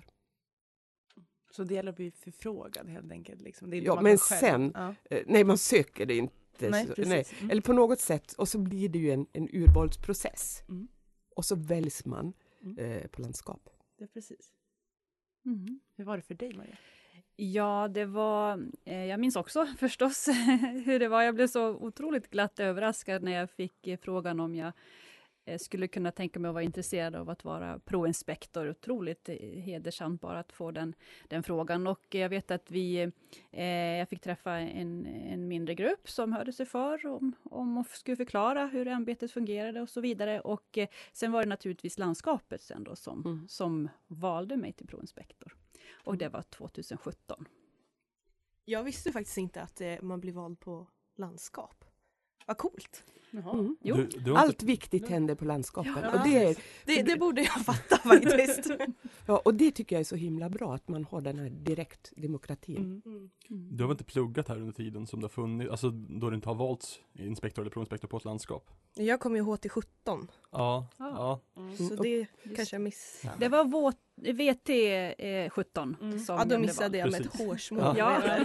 Så det gäller att bli förfrågad helt enkelt. Liksom. Det är Ja, man men kan själv- sen- Ja. Eh, nej, man söker det inte. Nej, så, precis. Mm. Eller på något sätt. Och så blir det ju en, en urvalsprocess. Mm. Och så väljs man Mm. eh, på landskap. Det är precis. Mm. Hur var det för dig, Maria? Ja, det var, eh, jag minns också förstås hur det var. Jag blev så otroligt glatt överraskad när jag fick eh, frågan om jag eh, skulle kunna tänka mig att vara intresserad av att vara proinspektor. Otroligt eh, hedersamt bara att få den, den frågan. Och jag vet att vi, eh, jag fick träffa en, en mindre grupp som hörde sig för om, om och skulle förklara hur ämbetet fungerade och så vidare. Och eh, sen var det naturligtvis landskapet sen då som, Mm. som valde mig till proinspektor. Och det var tjugohundrasjutton. Jag visste faktiskt inte att eh, man blir vald på landskap. Vad coolt. Jaha. Mm. Jo. Du, du har Allt inte, viktigt händer på landskapen. Ja. Och, det är, Det, det borde jag fatta faktiskt. ja, och det tycker jag är så himla bra, att man har den här direktdemokratin. Mm. Mm. du har väl inte pluggat här under tiden som det har funnits, alltså då det inte har valts inspektor eller proinspektor på ett landskap? Jag kommer ju H T sjutton, Ja, Ja. ja. Mm. så Mm. det Just kanske jag missade. Det var vå- V T eh, sjutton. Mm. Som Ja, då det missade jag med ett Precis. hårsmål. Ja. Ja.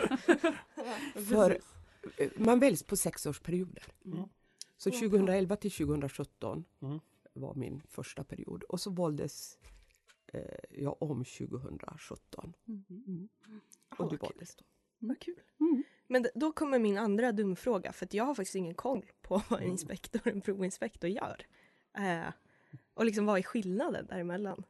För eh, man väljs på sexårsperioder. Mm. Så tjugohundraelva till tjugosjutton Mm. var min första period. Och så valdes eh, jag om tjugosjutton. Mm. Mm. Ja, Och du vad kul. valdes då. Vad kul. Mm. Men d- då kommer min andra dumfråga, för att jag har faktiskt ingen koll på vad en inspektor och en provinspektor gör. Eh, och liksom vad är skillnaden däremellan?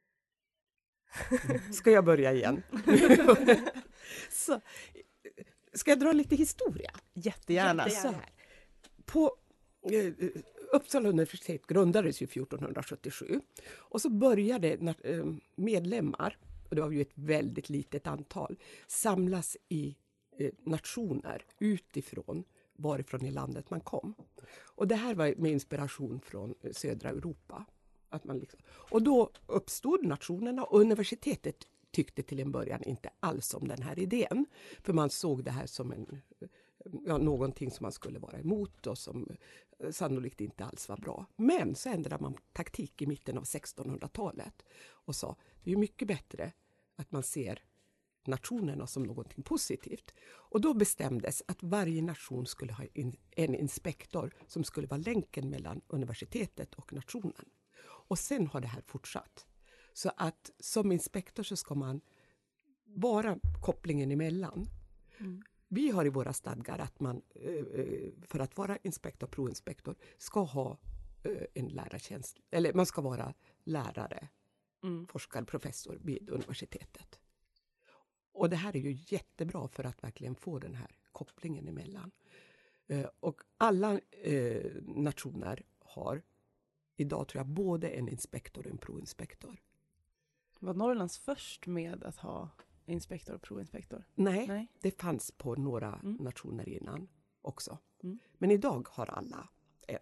Ska jag börja igen? Så, eh, ska jag dra lite historia? Jättegärna. Så här. På eh, Uppsala universitet grundades ju fjortonhundrasjuttiosju och så började na- eh, medlemmar, och det var ju ett väldigt litet antal, samlas i eh, nationer utifrån varifrån i landet man kom. Och det här var med inspiration från eh, södra Europa. Att man liksom, och då uppstod nationerna, och universitetet tyckte till en början inte alls om den här idén. För man såg det här som en, ja, någonting som man skulle vara emot och som eh, sannolikt inte alls var bra. Men så ändrade man taktik i mitten av sextonhundratalet och sa det är mycket bättre att man ser nationerna som någonting positivt. Och då bestämdes att varje nation skulle ha in, en inspektor som skulle vara länken mellan universitetet och nationen. Och sen har det här fortsatt. Så att som inspektor så ska man vara kopplingen emellan. Mm. Vi har i våra stadgar att man eh, för att vara inspektor, proinspektor, ska ha eh, en lärartjänst. Eller man ska vara lärare, Mm. forskare, professor vid universitetet. Och det här är ju jättebra för att verkligen få den här kopplingen emellan. Eh, och alla eh, nationer har idag tror jag både en inspektor och en proinspektor. Var Norrlands först med att ha inspektor och provinspektor? Nej, Nej. det fanns på några Mm. nationer innan också. Mm. Men idag har alla en.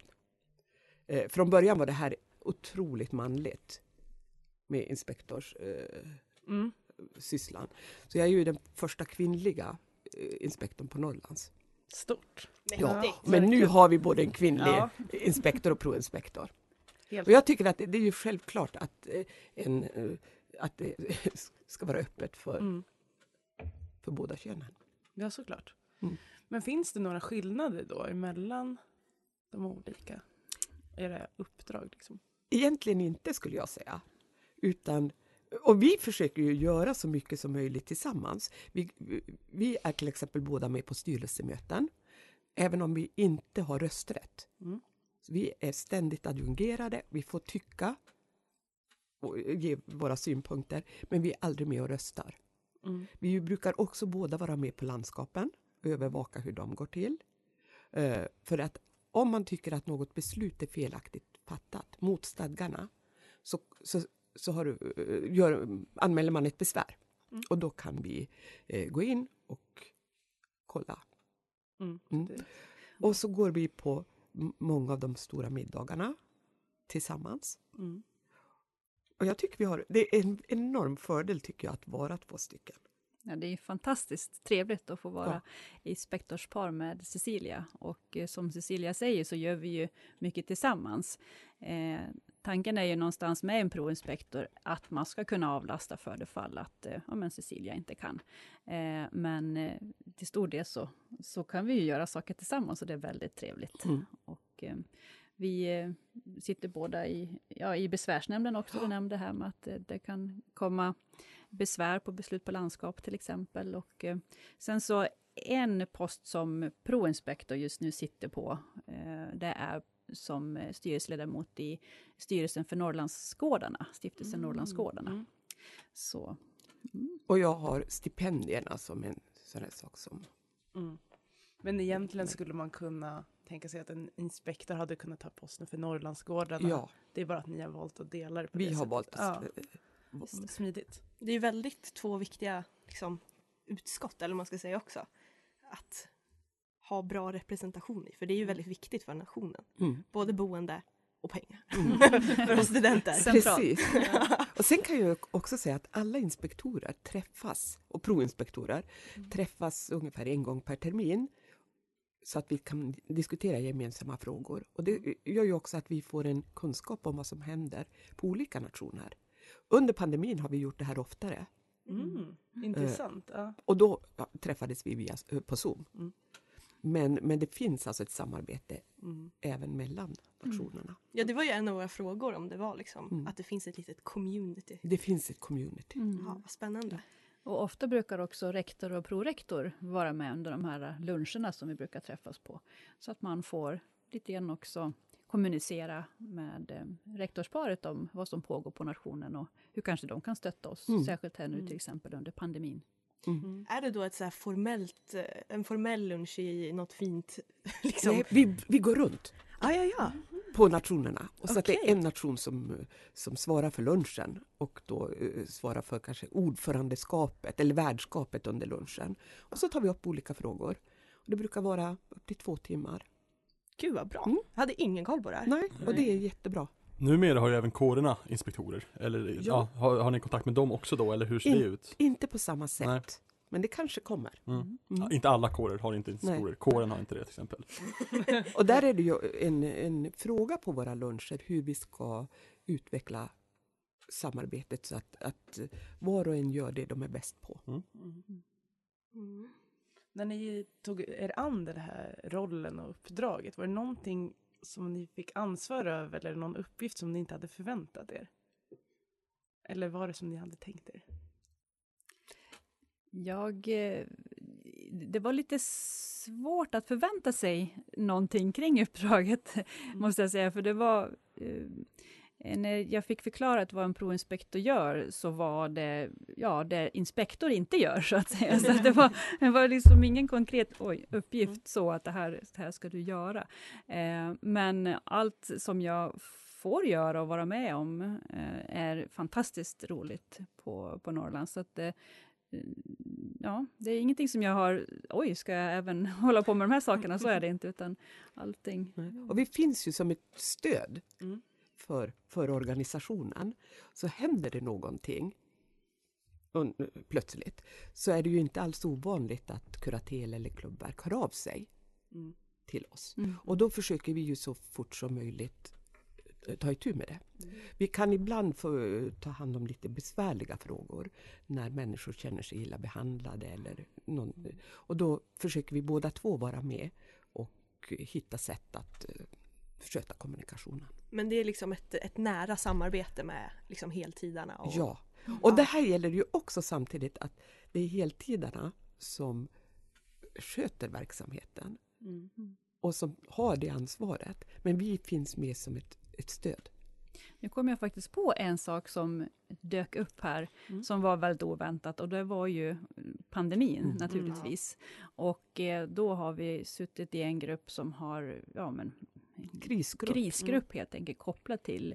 Eh, från början var det här otroligt manligt med inspektors eh, Mm. sysslan. Så jag är ju den första kvinnliga eh, inspektorn på Norrlands. Stort. Ja, Mäktigt. men nu verkligen. har vi både en kvinnlig Ja. inspektor och proinspektor. Helt. Och jag tycker att det, det är ju självklart att, eh, en, eh, att det ska vara öppet för, Mm. för båda könen. Ja, såklart. Mm. Men finns det några skillnader då emellan de olika era uppdrag? Liksom? Egentligen inte skulle jag säga. Utan, och vi försöker ju göra så mycket som möjligt tillsammans. Vi, vi är till exempel båda med på styrelsemöten. Även om vi inte har rösträtt. Mm. Så vi är ständigt adjungerade. Vi får tycka och ge våra synpunkter. Men vi är aldrig med och röstar. Mm. Vi brukar också båda vara med på landskapen. Övervaka hur de går till. Uh, för att om man tycker att något beslut är felaktigt fattat mot stadgarna. Så, så, så har du, uh, gör, anmäler man ett besvär. Mm. Och då kan vi uh, gå in och kolla. Mm. Mm. Det- Och så går vi på m- många av de stora middagarna tillsammans. Mm. Och jag tycker vi har, det är en enorm fördel tycker jag att vara två stycken. Ja, det är fantastiskt trevligt att få vara Ja. inspektorspar med Cecilia. Och eh, som Cecilia säger så gör vi ju mycket tillsammans. Eh, tanken är ju någonstans med en proinspektor att man ska kunna avlasta för det fall att eh, ja, men Cecilia inte kan. Eh, men eh, till stor del så, så kan vi ju göra saker tillsammans och det är väldigt trevligt. Mm. Och, eh, vi eh, sitter båda i, ja, i besvärsnämnden också. Du nämnde här med att eh, det kan komma besvär på beslut på landskap till exempel. Och eh, sen så en post som proinspektor just nu sitter på, eh, det är som eh, styrelseledamot i styrelsen för Norrlandsgårdarna, stiftelsen Mm. Norrlandsgårdarna. Mm. Så, mm. Och jag har stipendierna som en sån här sak som... Mm. Men egentligen skulle man kunna tänka sig att en inspektor hade kunnat ta posten för Norrlandsgårdarna. Ja, Det är bara att ni har valt att dela det på vi det har sättet. valt att... Ja, eh, smidigt. Det är ju väldigt två viktiga liksom, utskott, eller man ska säga också. Att ha bra representation i, för det är ju väldigt viktigt för nationen. Mm. Både boende och pengar. Mm. för studenter. Centralt. Precis. Och sen kan jag också säga att alla inspektorer träffas, och proinspektorer Mm. träffas ungefär en gång per termin. Så att vi kan diskutera gemensamma frågor. Och det gör ju också att vi får en kunskap om vad som händer på olika nationer. Under pandemin har vi gjort det här oftare. Mm. Intressant. Ja. Och då ja, träffades vi via, på Zoom. Mm. Men, men det finns alltså ett samarbete Mm. även mellan nationerna. Ja, det var ju en av våra frågor om det var liksom Mm. att det finns ett litet community. Det finns ett community. Mm. Ja, vad spännande. Och ofta brukar också rektor och prorektor vara med under de här luncherna som vi brukar träffas på. Så att man får lite grann också kommunicera med eh, rektorsparet om vad som pågår på nationen och hur kanske de kan stötta oss. Mm. Särskilt här nu Mm. till exempel under pandemin. Mm. Mm. Är det då ett så här formellt, eh, en formell lunch i något fint liksom? Nej, vi, vi går runt Ah, ja, ja. på nationerna. Och så att det Okej. är en nation som, som svarar för lunchen. Och då eh, svarar för kanske ordförandeskapet eller värdskapet under lunchen. Och så tar vi upp olika frågor. Och det brukar vara upp till två timmar. Gud vad bra. Mm. Jag hade ingen koll på det här. Nej, och det är jättebra. Numera har ju även kårerna inspektorer. Eller ja. Ja. har, har ni kontakt med dem också då? Eller hur ser In- det ut? Inte på samma sätt. Nej. Men det kanske kommer. Mm. Mm. Ja, inte alla kårer har inte inspektorer. Kåren har inte det till exempel. Och där är det ju en, en fråga på våra luncher hur vi ska utveckla samarbetet så att, att var och en gör det de är bäst på. Mm. Mm. När ni tog er an den här rollen och uppdraget, var det någonting som ni fick ansvar över eller någon uppgift som ni inte hade förväntat er? Eller var det som ni hade tänkt er? Jag, eh, det var lite svårt att förvänta sig någonting kring uppdraget, måste jag säga. För det var, eh, när jag fick förklarat vad en proinspektor gör så var det, ja, det inspektor inte gör så att säga. Så att det, var, det var liksom ingen konkret oj, uppgift så att det här, det här ska du göra. Eh, men allt som jag får göra och vara med om eh, är fantastiskt roligt på, på Norrland. Så att, eh, ja, det är ingenting som jag har, oj, ska jag även hålla på med de här sakerna? Så är det inte, utan allting. Och vi finns ju som ett stöd Mm. för, för organisationen. Så händer det någonting och, plötsligt, så är det ju inte alls ovanligt att kuratel eller klubbverk hör av sig Mm. till oss. Mm. Och då försöker vi ju så fort som möjligt ta itu med det. Mm. Vi kan ibland få ta hand om lite besvärliga frågor när människor känner sig illa behandlade. Eller någon, och då försöker vi båda två vara med och hitta sätt att uh, sköta kommunikationen. Men det är liksom ett, ett nära samarbete med liksom heltidarna. Och, Ja, och det här gäller ju också samtidigt att det är heltidarna som sköter verksamheten. Mm. Och som har det ansvaret. Men vi finns med som ett, ett stöd. Nu kom jag faktiskt på en sak som dök upp här Mm. som var väldigt oväntat, och det var ju pandemin Mm. naturligtvis. Och eh, då har vi suttit i en grupp som har, ja men Krisgrupp. krisgrupp helt enkelt kopplat till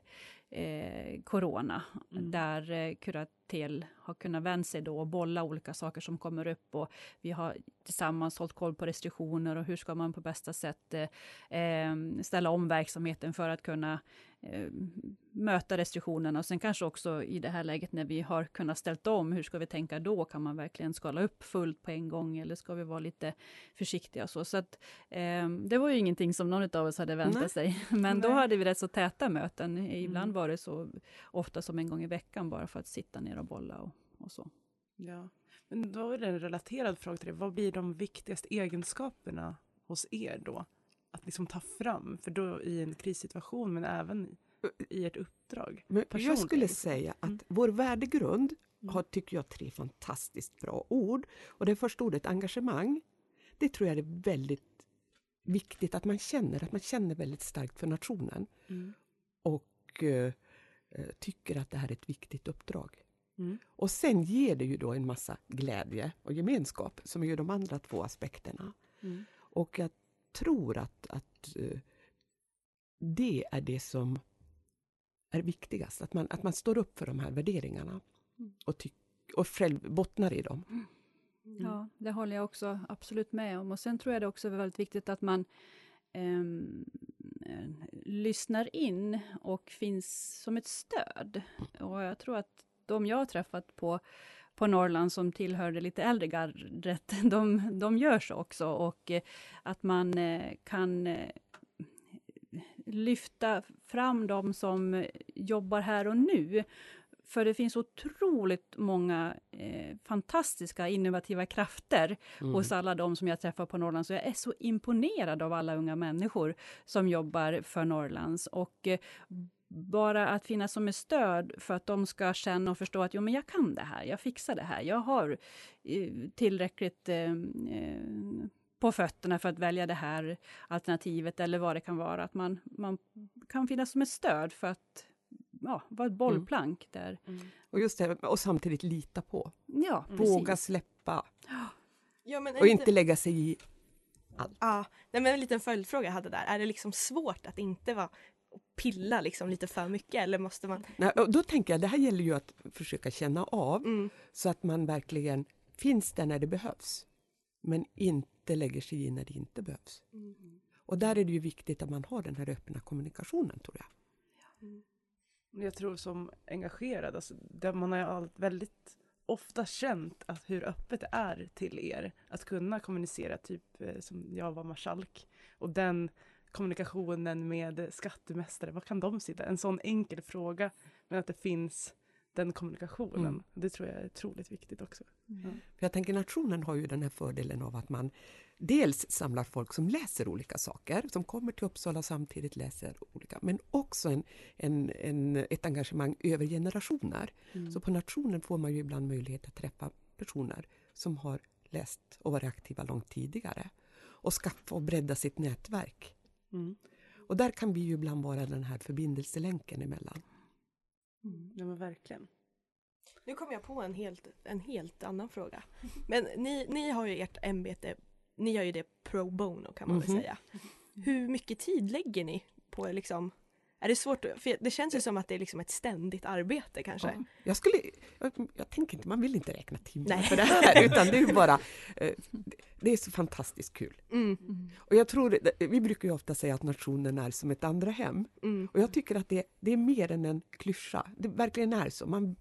eh, corona. Mm. Där eh, kuratel har kunnat vända sig då och bolla olika saker som kommer upp, och vi har tillsammans hållit koll på restriktioner och hur ska man på bästa sätt eh, eh, ställa om verksamheten för att kunna eh, möta restriktionerna. Och sen kanske också i det här läget när vi har kunnat ställt om, hur ska vi tänka då? Kan man verkligen skala upp fullt på en gång, eller ska vi vara lite försiktiga? Så, så att, eh, det var ju ingenting som någon av oss hade väntat Nej. sig. Men då Nej. hade vi rätt så täta möten. Ibland Mm. var det så ofta som en gång i veckan bara för att sitta ner och bolla och, och så. Ja, men då är det en relaterad fråga till det. Vad blir de viktigaste egenskaperna hos er då? Att liksom ta fram, för då i en krissituation, men även i ett uppdrag. Men jag Personligen, skulle liksom. säga att Mm. vår värdegrund Mm. har, tycker jag, tre fantastiskt bra ord. Och det första ordet, engagemang, det tror jag är väldigt viktigt att man känner. Att man känner väldigt starkt för nationen. Mm. Och eh, tycker att det här är ett viktigt uppdrag. Mm. Och sen ger det ju då en massa glädje och gemenskap som är ju de andra två aspekterna. Mm. Och jag tror att, att uh, det är det som är viktigast. Att man, att man står upp för de här värderingarna och, ty- och själv bottnar i dem. Mm. Ja, det håller jag också absolut med om. Och sen tror jag det också är väldigt viktigt att man ehm, eh, lyssnar in och finns som ett stöd. Och jag tror att de jag har träffat på, på Norrland som tillhör det lite äldre gardet, de, de gör så också. Och eh, att man eh, kan eh, lyfta fram de som jobbar här och nu. För det finns otroligt många eh, fantastiska innovativa krafter Mm. hos alla de som jag träffar på Norrland. Så jag är så imponerad av alla unga människor som jobbar för Norrlands. Och eh, bara att finnas som ett stöd för att de ska känna och förstå att jo, men jag kan det här, jag fixar det här. Jag har eh, tillräckligt eh, eh, på fötterna för att välja det här alternativet eller vad det kan vara. Att man, man kan finnas som ett stöd för att ja, vara ett bollplank där. Mm. Och just det, och samtidigt lita på. Ja, Våga precis. släppa. Ja, men en Och liten- inte lägga sig i. Ja, nej, men en liten följdfråga jag hade där. Är det liksom svårt att inte vara och pilla liksom lite för mycket, eller måste man... Nej, och då tänker jag, det här gäller ju att försöka känna av. Mm. Så att man verkligen finns där när det behövs. Men inte lägger sig i när det inte behövs. Mm. Och där är det ju viktigt att man har den här öppna kommunikationen, tror jag. Jag tror som engagerad, alltså, där man har ju allt väldigt ofta känt att hur öppet det är till er att kunna kommunicera, typ eh, som jag var marskalk, och den kommunikationen med skattemästare, vad kan de sitta? En sån enkel fråga, men att det finns den kommunikationen, Mm. det tror jag är otroligt viktigt också. Mm. För jag tänker nationen har ju den här fördelen av att man dels samlar folk som läser olika saker, som kommer till Uppsala samtidigt läser olika, men också en, en, en, ett engagemang över generationer. Mm. Så på nationen får man ju ibland möjlighet att träffa personer som har läst och varit aktiva långt tidigare och skaffa och bredda sitt nätverk. Mm. Och där kan vi ju ibland vara den här förbindelselänken emellan. Mm. Ja, men verkligen. Nu kom jag på en helt, en helt annan fråga. Men ni, ni har ju ert ämbete, ni gör ju det pro bono kan man Mhm. väl säga. Hur mycket tid lägger ni på liksom, Är det svårt? För det känns ju som att det är liksom ett ständigt arbete kanske. Ja. Jag, skulle, jag, jag tänker inte, man vill inte räkna timmar Nej. för det här, utan det är ju bara, eh, det är så fantastiskt kul. Mm. Och jag tror, vi brukar ju ofta säga att nationen är som ett andra hem. Mm. Och jag tycker att det, det är mer än en klyscha. Det verkligen är så. Man,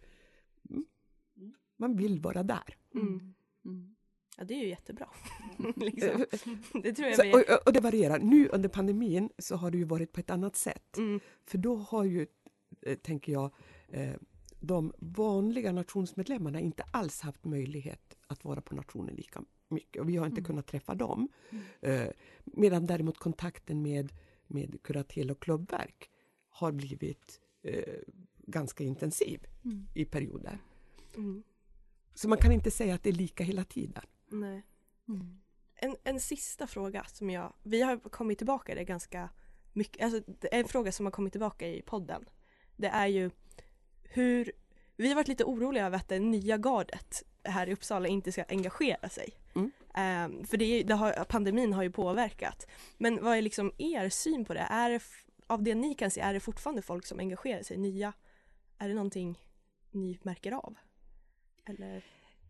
man vill vara där. Mm. Mm. Ja, det är ju jättebra. liksom. Det tror jag Så, vi... och, och det varierar. Nu under pandemin så har det ju varit på ett annat sätt. Mm. För då har ju, eh, tänker jag, eh, de vanliga nationsmedlemmarna inte alls haft möjlighet att vara på nationen lika mycket. Och vi har inte Mm. kunnat träffa dem. Mm. Eh, medan däremot kontakten med, med kuratel och klubbverk har blivit eh, ganska intensiv Mm. i perioder. Mm. Så man kan inte säga att det är lika hela tiden. Nej. Mm. En, en sista fråga som jag... Vi har kommit tillbaka i det ganska mycket. Alltså, det är en fråga som har kommit tillbaka i podden. Det är ju hur... Vi har varit lite oroliga över att det nya gardet här i Uppsala inte ska engagera sig. Mm. Um, för det, är- det har, pandemin har ju påverkat. Men vad är liksom er syn på det? Är det f- av det ni kan se, är det fortfarande folk som engagerar sig? Nya? Är det någonting ni märker av? Eller?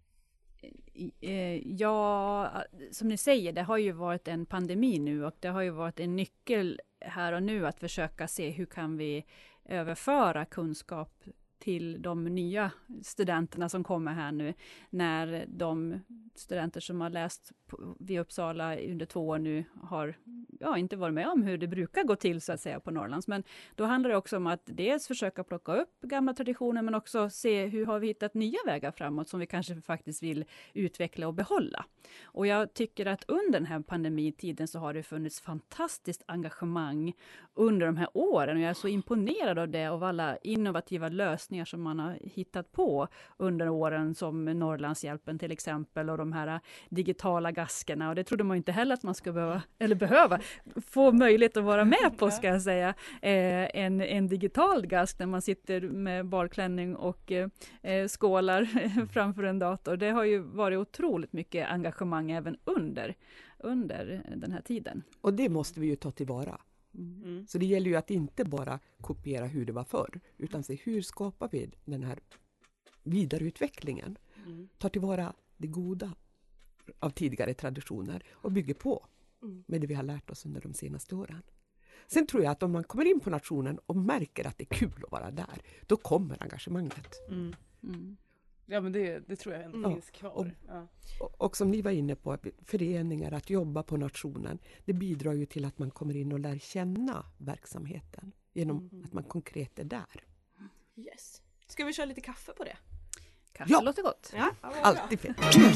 I- eh, Ja, som ni säger, det har ju varit en pandemi nu och det har ju varit en nyckel här och nu att försöka se hur kan vi överföra kunskap till de nya studenterna som kommer här nu, när de studenter som har läst på, vid Uppsala under två år nu har ja, inte varit med om hur det brukar gå till så att säga på Norrlands. Men då handlar det också om att dels försöka plocka upp gamla traditioner men också se hur har vi hittat nya vägar framåt som vi kanske faktiskt vill utveckla och behålla. Och jag tycker att under den här pandemitiden så har det funnits fantastiskt engagemang under de här åren och jag är så imponerad av det, av alla innovativa lösningar som man har hittat på under åren, som Norrlandshjälpen till exempel och de här digitala gaskerna, och det trodde man inte heller att man skulle behöva, eller behöva få möjlighet att vara med på, ska jag säga, eh, en, en digital gask när man sitter med barklänning och eh, skålar framför en dator. Det har ju varit otroligt mycket engagemang även under, under den här tiden. Och det måste vi ju ta tillvara. Mm. Så det gäller ju att inte bara kopiera hur det var förr, utan se hur skapar vi den här vidareutvecklingen. Mm. Ta tillvara det goda av tidigare traditioner och bygger på Mm. med det vi har lärt oss under de senaste åren. Sen tror jag att om man kommer in på nationen och märker att det är kul att vara där, då kommer engagemanget. Mm. Mm. Ja, men det, det tror jag ändå Mm. finns kvar. Och- Ja. Och, och som ni var inne på, föreningar, att jobba på nationen, det bidrar ju till att man kommer in och lär känna verksamheten genom Mm. att man konkret är där. Yes. Ska vi köra lite kaffe på det? Kaffe Ja. låter gott. Ja, ja vad bra. Alltid fel.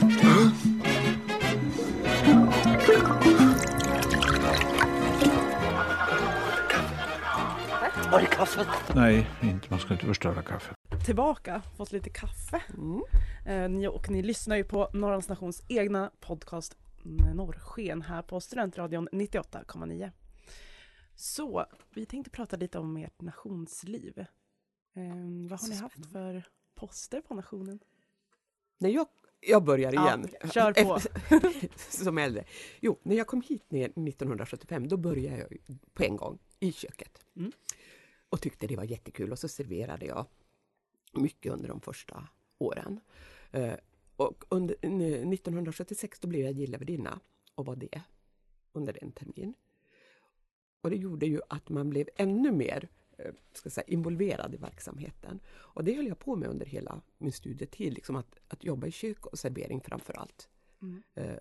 Nej, inte, man ska inte förstöra kaffe. Tillbaka, fått lite kaffe. Mm. Eh, ni, och ni lyssnar ju på Norrlands Nations egna podcast Norrsken här på Studentradion nittioåtta komma nio. Så, vi tänkte prata lite om ert nationsliv. Eh, vad har ni haft för poster på nationen? När jag, jag börjar igen. Ja, kör på. Efter- som äldre. Jo, när jag kom hit ner nittonhundrasjuttiofem, då började jag på en gång i köket. Mm. Och tyckte det var jättekul, och så serverade jag mycket under de första åren. Eh, och under n- nittonhundrasjuttiosex då blev jag gillevärdinna och var det under en termin. Och det gjorde ju att man blev ännu mer eh, ska jag säga, involverad i verksamheten. Och det höll jag på med under hela min studietid, liksom att, att jobba i kök och servering framför allt. Mm. Eh,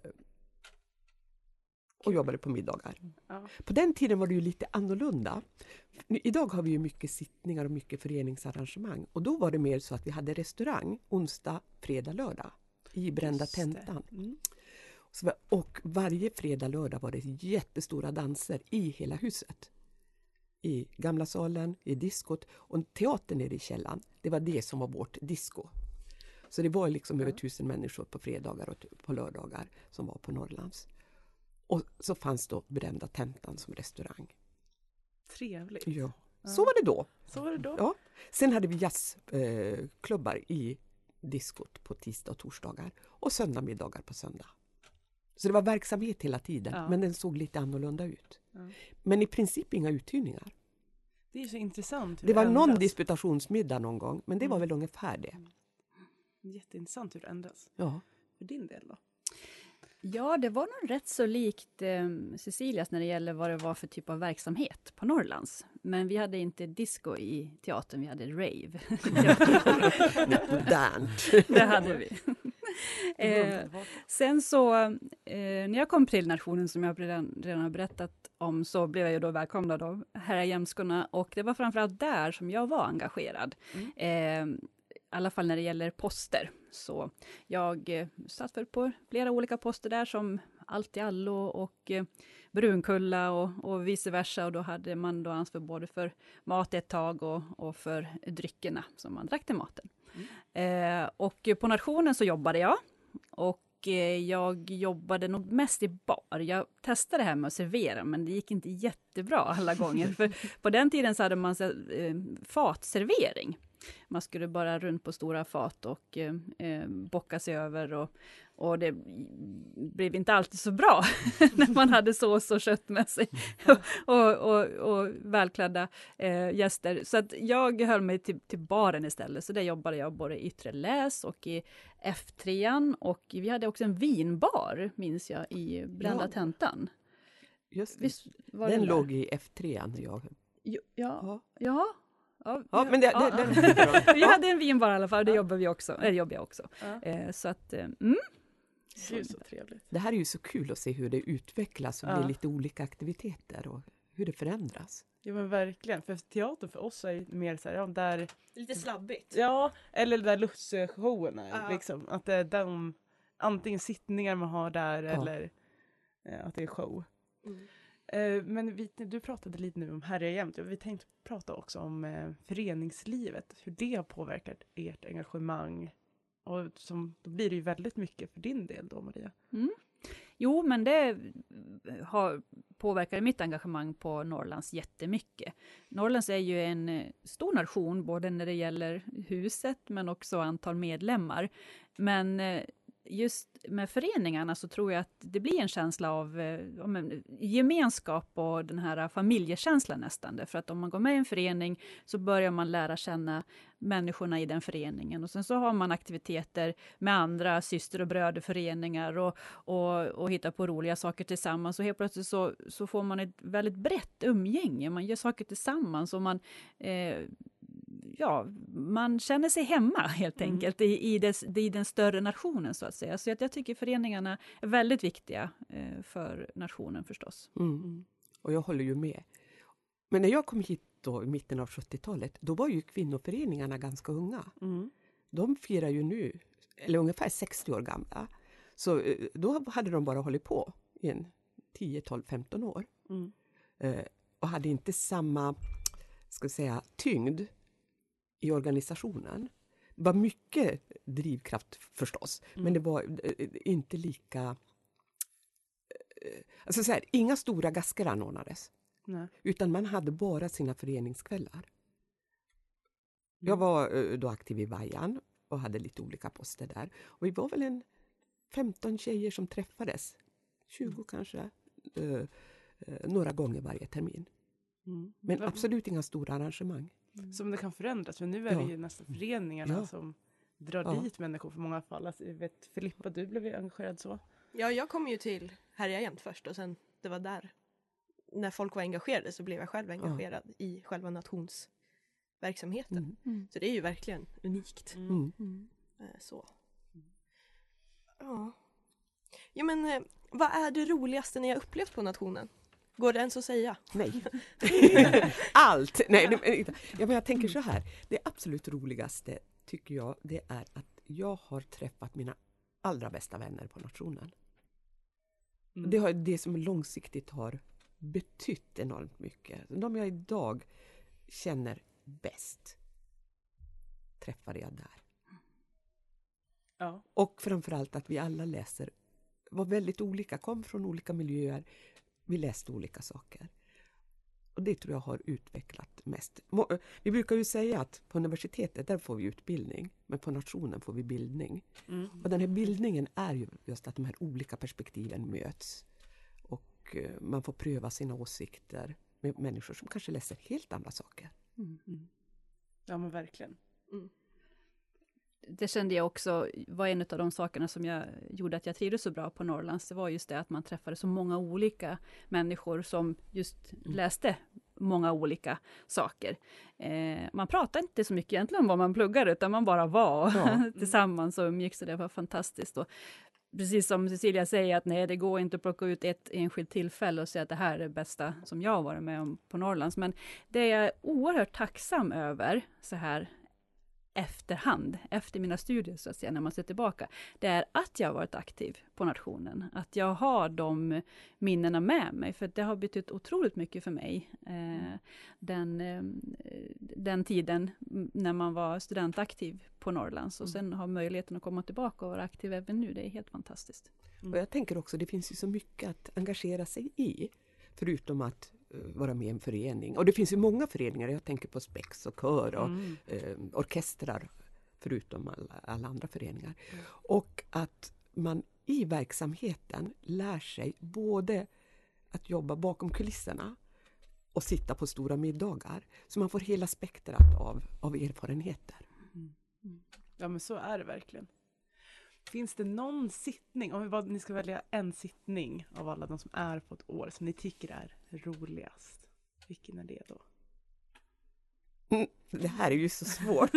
och jobbade på middagar. Ja. På den tiden var det ju lite annorlunda. Nu, idag har vi ju mycket sittningar och mycket föreningsarrangemang. Och då var det mer så att vi hade restaurang onsdag, fredag, lördag i Brända Just det. tentan. Mm. Så, och varje fredag, lördag var det jättestora danser i hela huset. I gamla salen, i diskot, och teatern nere i källaren. Det var det som var vårt disco. Så det var liksom över tusen människor på fredagar och på lördagar som var på Norrlands. Och så fanns då Brända tentan som restaurang. Trevligt. Ja. Ja. Så var det då. Så var det då. Ja. Sen hade vi jazzklubbar eh, klubbar i diskot på tisdag och torsdagar. Och söndagmiddagar på söndag. Så det var verksamhet hela tiden. Ja. Men den såg lite annorlunda ut. Ja. Men i princip inga uthyrningar. Det är så intressant. Hur Det var någon ändras. disputationsmiddag någon gång, men det var Mm. väl ungefär det. Jätteintressant hur det ändras. Ja. För din del då? Ja, det var nog rätt så likt eh, Cecilias när det gäller vad det var för typ av verksamhet på Norrlands. Men vi hade inte disco i teatern, vi hade rave. Modernt. Det hade vi. eh, sen så, eh, när jag kom till nationen som jag redan, redan har berättat om, så blev jag ju då välkomnad av herrar jämskorna, och det var framförallt där som jag var engagerad. Mm. Eh, I alla fall när det gäller poster. Så jag eh, satt väl på flera olika poster där, som Allt i allo och eh, Brunkulla och, och vice versa. Och då hade man då ansvar både för mat ett tag och, och för dryckerna som man drack till maten. Mm. Eh, och på nationen så jobbade jag. Och eh, jag jobbade nog mest i bar. Jag testade det här med att servera, men det gick inte jättebra alla gånger. För på den tiden så hade man så, eh, fatservering. Man skulle bara runt på stora fat och eh, bocka sig över, och, och det blev inte alltid så bra när man hade sås och kött med sig och, och, och välklädda eh, gäster. Så att jag höll mig till, till baren istället, så där jobbade jag både i Yttre Läs och i F tre, och vi hade också en vinbar, minns jag, i Brända Ja. tentan. Just det. Visst var Den där? låg i F tre. Jag. Jo, ja, Ja. ja. Ja, Ja, men det, ja, det, ja. det, Vi hade en vinbar i alla fall, det jobbar vi också. Eller jobbar jag också. Ja. Eh, så att, eh, mm. Gud, så trevligt. det här är ju så kul att se hur det utvecklas och Ja. blir lite olika aktiviteter och hur det förändras. Ja, men verkligen. För teater för oss är ju mer så här, ja, där... Lite slabbigt. Ja, eller där Lusse-showerna. Ja. Liksom. Att det är de, antingen sittningar man har där, Ja. eller eh, att det är show. Mm. Eh, men vi, du pratade lite nu om Härja jämt, och vi tänkte prata också om eh, föreningslivet. Hur det har påverkat ert engagemang. Och som, då blir det ju väldigt mycket för din del då, Maria. Mm. Jo, men det har påverkat mitt engagemang på Norrlands jättemycket. Norrlands är ju en eh, stor nation, både när det gäller huset men också antal medlemmar. Men eh, just med föreningarna så tror jag att det blir en känsla av eh, ja, men, gemenskap och den här familjekänslan nästan. För att om man går med i en förening så börjar man lära känna människorna i den föreningen. Och sen så har man aktiviteter med andra syster- och bröderföreningar och, och, och hittar på roliga saker tillsammans. Och helt plötsligt så, så får man ett väldigt brett umgänge. Man gör saker tillsammans och man... Eh, Ja, man känner sig hemma helt Mm. enkelt i, i, des, i den större nationen så att säga. Så jag, jag tycker föreningarna är väldigt viktiga eh, för nationen förstås. Mm. Och jag håller ju med. Men när jag kom hit då i mitten av sjuttiotalet, då var ju kvinnoföreningarna ganska unga. Mm. De firar ju nu, eller ungefär sextio år gamla. Så eh, då hade de bara hållit på i en tio, tolv, femton år. Mm. Eh, och hade inte samma, ska jag säga, tyngd i organisationen. Det var mycket drivkraft förstås, Mm. men det var eh, inte lika... Eh, alltså så här, inga stora gasker anordnades, Nej. utan man hade bara sina föreningskvällar. Mm. Jag var eh, då aktiv i Vajan och hade lite olika poster där. Och vi var väl en femton tjejer som träffades, tjugo Mm. kanske, eh, eh, några gånger varje termin. Mm. Men Vad- absolut inga stora arrangemang. Som det kan förändras, för nu är Ja. det ju nästan föreningarna Ja. som drar Ja. dit människor för många fall. Alltså, jag vet, Filippa, du blev ju engagerad så. Ja, jag kom ju till Härja jämt först och sen det var där. När folk var engagerade så blev jag själv engagerad i själva nationsverksamheten. Mm. Mm. Så det är ju verkligen unikt. Mm. Mm. Eh, Så. Ja. Ja men eh, vad är det roligaste ni har upplevt på nationen? Går det ens att säga? Nej. Allt! Nej, det, men inte. ja, men jag tänker så här. Det absolut roligaste tycker jag, det är att jag har träffat mina allra bästa vänner på nationen. Mm. Det har det som långsiktigt har betytt enormt mycket. De jag idag känner bäst träffade jag där. Ja. Och framförallt att vi alla läser, var väldigt olika, kom från olika miljöer. Vi läste olika saker. Och det tror jag har utvecklat mest. Må- Vi brukar ju säga att på universitetet där får vi utbildning. Men på nationen får vi bildning. Mm. Och den här bildningen är ju just att de här olika perspektiven möts. Och eh, man får pröva sina åsikter med människor som kanske läser helt andra saker. Mm. Mm. Ja men verkligen. Mm. Det kände jag också var en av de sakerna som jag gjorde att jag trivdes så bra på Norrlands. Det var just det att man träffade så många olika människor som just läste många olika saker. Eh, man pratade inte så mycket egentligen om vad man pluggade utan man bara var ja. tillsammans och umgicks och det var fantastiskt. Och precis som Cecilia säger att nej det går inte att plocka ut ett enskilt tillfälle och säga att det här är det bästa som jag har varit med om på Norrlands. Men det är jag oerhört tacksam över så här efterhand, efter mina studier så att säga, när man ser tillbaka, det är att jag har varit aktiv på nationen. Att jag har de minnena med mig, för det har betytt otroligt mycket för mig. Eh, den, eh, den tiden när man var studentaktiv på Norrlands och sen har möjligheten att komma tillbaka och vara aktiv även nu, det är helt fantastiskt. Mm. Och jag tänker också, det finns ju så mycket att engagera sig i, förutom att vara med i en förening. Och det finns ju många föreningar, jag tänker på Spex och kör och mm. eh, orkestrar förutom alla, alla andra föreningar. Mm. Och att man i verksamheten lär sig både att jobba bakom kulisserna och sitta på stora middagar. Så man får hela spektrat av, av erfarenheter. Mm. Mm. Ja men så är det verkligen. Finns det någon sittning, om vi bara, ni ska välja en sittning av alla de som är på ett år som ni tycker är roligast? Vilken är det då? Mm, det här är ju så svårt.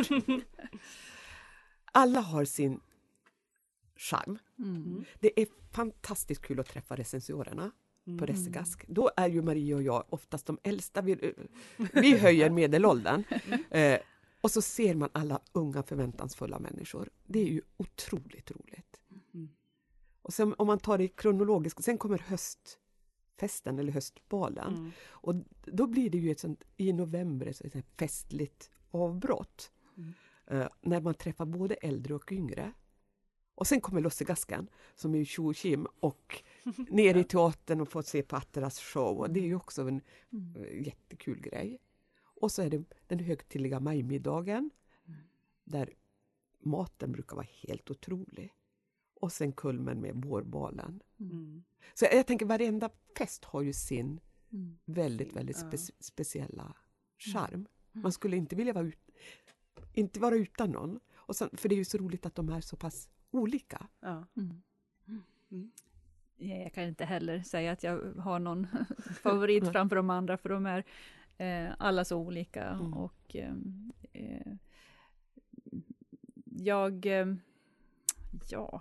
Alla har sin charm. Mm. Det är fantastiskt kul att träffa recensorerna mm. på Ressegask. Då är ju Marie och jag oftast de äldsta. Vi, vi höjer medelåldern. Eh, Och så ser man alla unga förväntansfulla människor. Det är ju otroligt roligt. Mm. Och sen om man tar det kronologiskt, sen kommer höstfesten eller höstbalen. Mm. Och då blir det ju ett sånt, i november, ett sånt festligt avbrott. Mm. Uh, när man träffar både äldre och yngre. Och sen kommer Lussegasken som är tjo och kim och ner i teatern och får se Patteras show. Och det är ju också en uh, jättekul grej. Och så är det den högtidliga majmiddagen mm. där maten brukar vara helt otrolig. Och sen kulmen med vårbalen. Mm. Så jag, jag tänker varenda fest har ju sin mm. väldigt, väldigt spe- speciella charm. Mm. Man skulle inte vilja vara, ut, inte vara utan någon. Och sen, för det är ju så roligt att de är så pass olika. Ja. Mm. Mm. Jag kan inte heller säga att jag har någon favorit framför de andra, för de är Eh, alla så olika mm. och eh, eh, jag eh, ja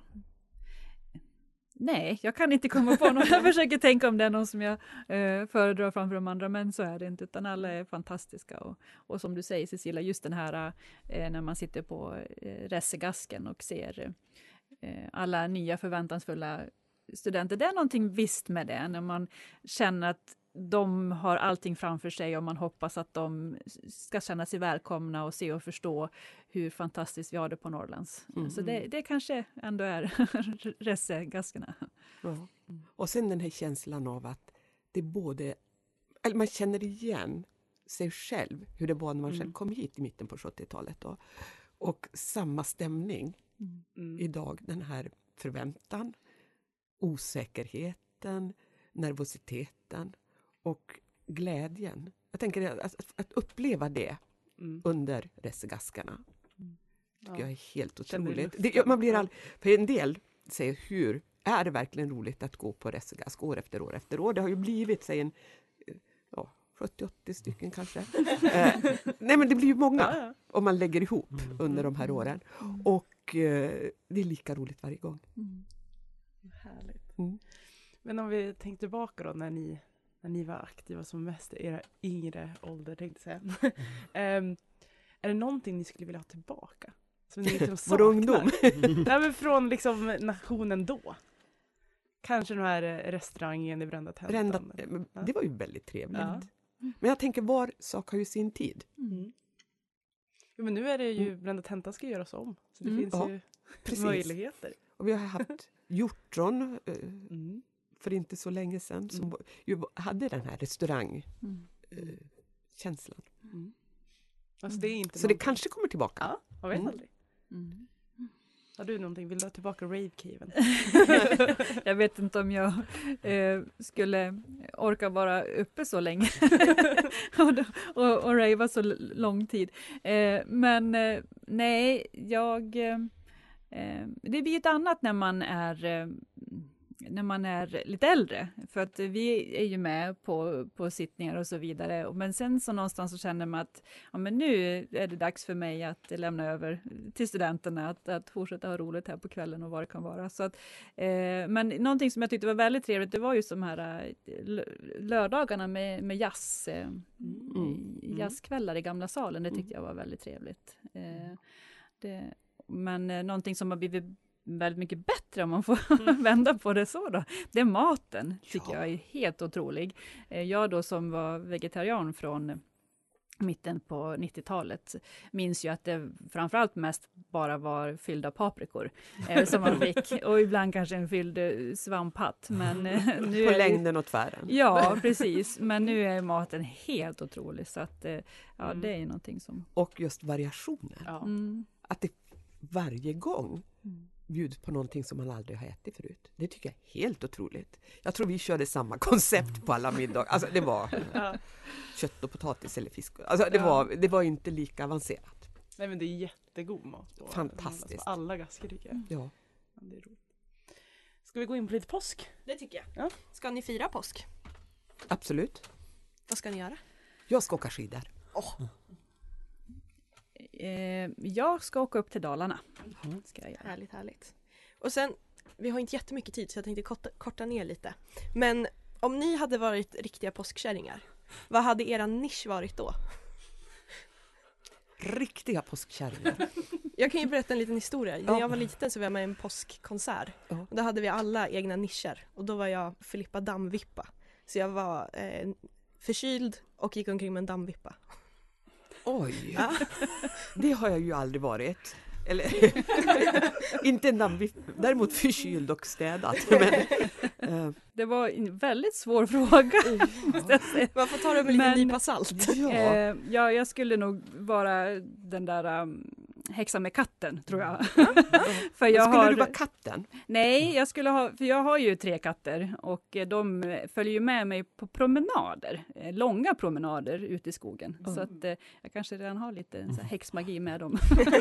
nej, jag kan inte komma på någon. Jag försöker tänka om det är någon som jag eh, föredrar framför de andra, men så är det inte, utan alla är fantastiska och, och som du säger Cecilia, just den här eh, när man sitter på eh, Ressegasken och ser eh, alla nya förväntansfulla studenter, det är någonting visst med det, när man känner att de har allting framför sig och man hoppas att de ska känna sig välkomna och se och förstå hur fantastiskt vi har det på Norrlands. Mm. Så det, det kanske ändå är Ressegaskerna. Ja. Mm. Och sen den här känslan av att det både, eller man känner igen sig själv, hur det var när man mm. själv kom hit i mitten på sjuttiotalet då. Och samma stämning mm. idag, den här förväntan, osäkerheten, nervositeten och glädjen. Jag tänker att, att uppleva det mm. under Ressegaskarna mm. tycker ja. jag är helt otroligt. Det, man blir all, för en del säger, hur är det verkligen roligt att gå på Ressegask år efter år efter år? Det har ju blivit, säg en ja, sjuttio åttio stycken kanske. eh, nej men det blir ju många ja, ja. om man lägger ihop mm. under de här åren. Mm. Och eh, det är lika roligt varje gång. Mm. Härligt. Mm. Men om vi tänker tillbaka då när ni när ni var aktiva som mest i era yngre ålder, tänkte jag säga. um, är det någonting ni skulle vilja ha tillbaka? Som ni liksom saknar? Vår ungdom? Nej, men från liksom nationen då. Kanske den här restaurangen i Brända Tentan. Brända, ja. Det var ju väldigt trevligt. Ja. Men jag tänker, var sak har ju sin tid. Mm. Ja, men nu är det ju, mm. Brända Tentan ska göras om. Så det mm. finns ja, ju precis. möjligheter. Och vi har haft hjortron eh, mm. för inte så länge sedan som mm. ju hade den här restaurangkänslan. Mm. Mm. Alltså det är inte så någonting. Det kanske kommer tillbaka. Ja, jag vet mm. aldrig. Mm. Har du någonting? Vill du ha tillbaka rave-caven? Jag vet inte om jag eh, skulle orka vara uppe så länge och, och, och rava så l- lång tid. Eh, men eh, nej, jag... Eh, det blir ett annat när man är... Eh, när man är lite äldre, för att vi är ju med på, på sittningar och så vidare, men sen så någonstans så känner man att ja, men nu är det dags för mig att lämna över till studenterna, att, att fortsätta ha roligt här på kvällen och vad det kan vara. Så att, eh, men någonting som jag tyckte var väldigt trevligt, det var ju de här lördagarna med, med jazz, eh, mm. jazzkvällar i gamla salen, det tyckte jag var väldigt trevligt. Eh, det, men eh, någonting som har blivit väldigt mycket bättre, om man får mm. vända på det så då. Det är maten, tycker ja. jag är helt otrolig. Jag då som var vegetarian från mitten på nittiotalet minns ju att det framförallt mest bara var fyllda paprikor eh, som man fick. Och ibland kanske en fylld svamphatt. Men, eh, nu på är längden och tvären. Ja, precis. Men nu är maten helt otrolig. Så att, eh, ja, Mm. det är någonting som... Och just variationer. Ja. Mm. Att det varje gång Mm. bjuds på någonting som man aldrig har ätit förut. Det tycker jag är helt otroligt. Jag tror vi körde samma koncept på alla middagar. Alltså det var Ja. kött och potatis eller fisk. Alltså det, Ja. var, det var inte lika avancerat. Nej, men det är jättegod mat. Då. Fantastiskt. På alla gasker tycker jag. Ja. Ja, det är roligt. Ska vi gå in på lite påsk? Det tycker jag. Ja. Ska ni fira påsk? Absolut. Vad ska ni göra? Jag ska åka skidor. Eh, jag ska åka upp till Dalarna. Ska jag göra. Härligt, härligt. Och sen, vi har inte jättemycket tid så jag tänkte korta, korta ner lite. Men om ni hade varit riktiga påskkärringar, vad hade era nisch varit då? Riktiga påskkärringar. Jag kan ju berätta en liten historia. När Ja. jag var liten så var jag med i en påskkonsert. Ja. Och då hade vi alla egna nischer. Och då var jag Filippa Dammvippa. Så jag var eh, förkyld och gick omkring med en dammvippa. Oj, Ja. det har jag ju aldrig varit. Eller, inte en dammvipp, däremot förkyld och städat. Men, eh, Det var en väldigt svår fråga. måste jag säga. Man får ta det med en liten Men- nypa salt. ja. Eh, ja, jag skulle nog vara den där um, häxan med katten, tror jag. för jag Skulle har, du vara katten? Nej, jag skulle ha, för jag har ju tre katter och eh, de följer ju med mig på promenader, eh, långa promenader ute i skogen. Mm. Så att eh, jag kanske redan har lite så här, häxmagi med dem.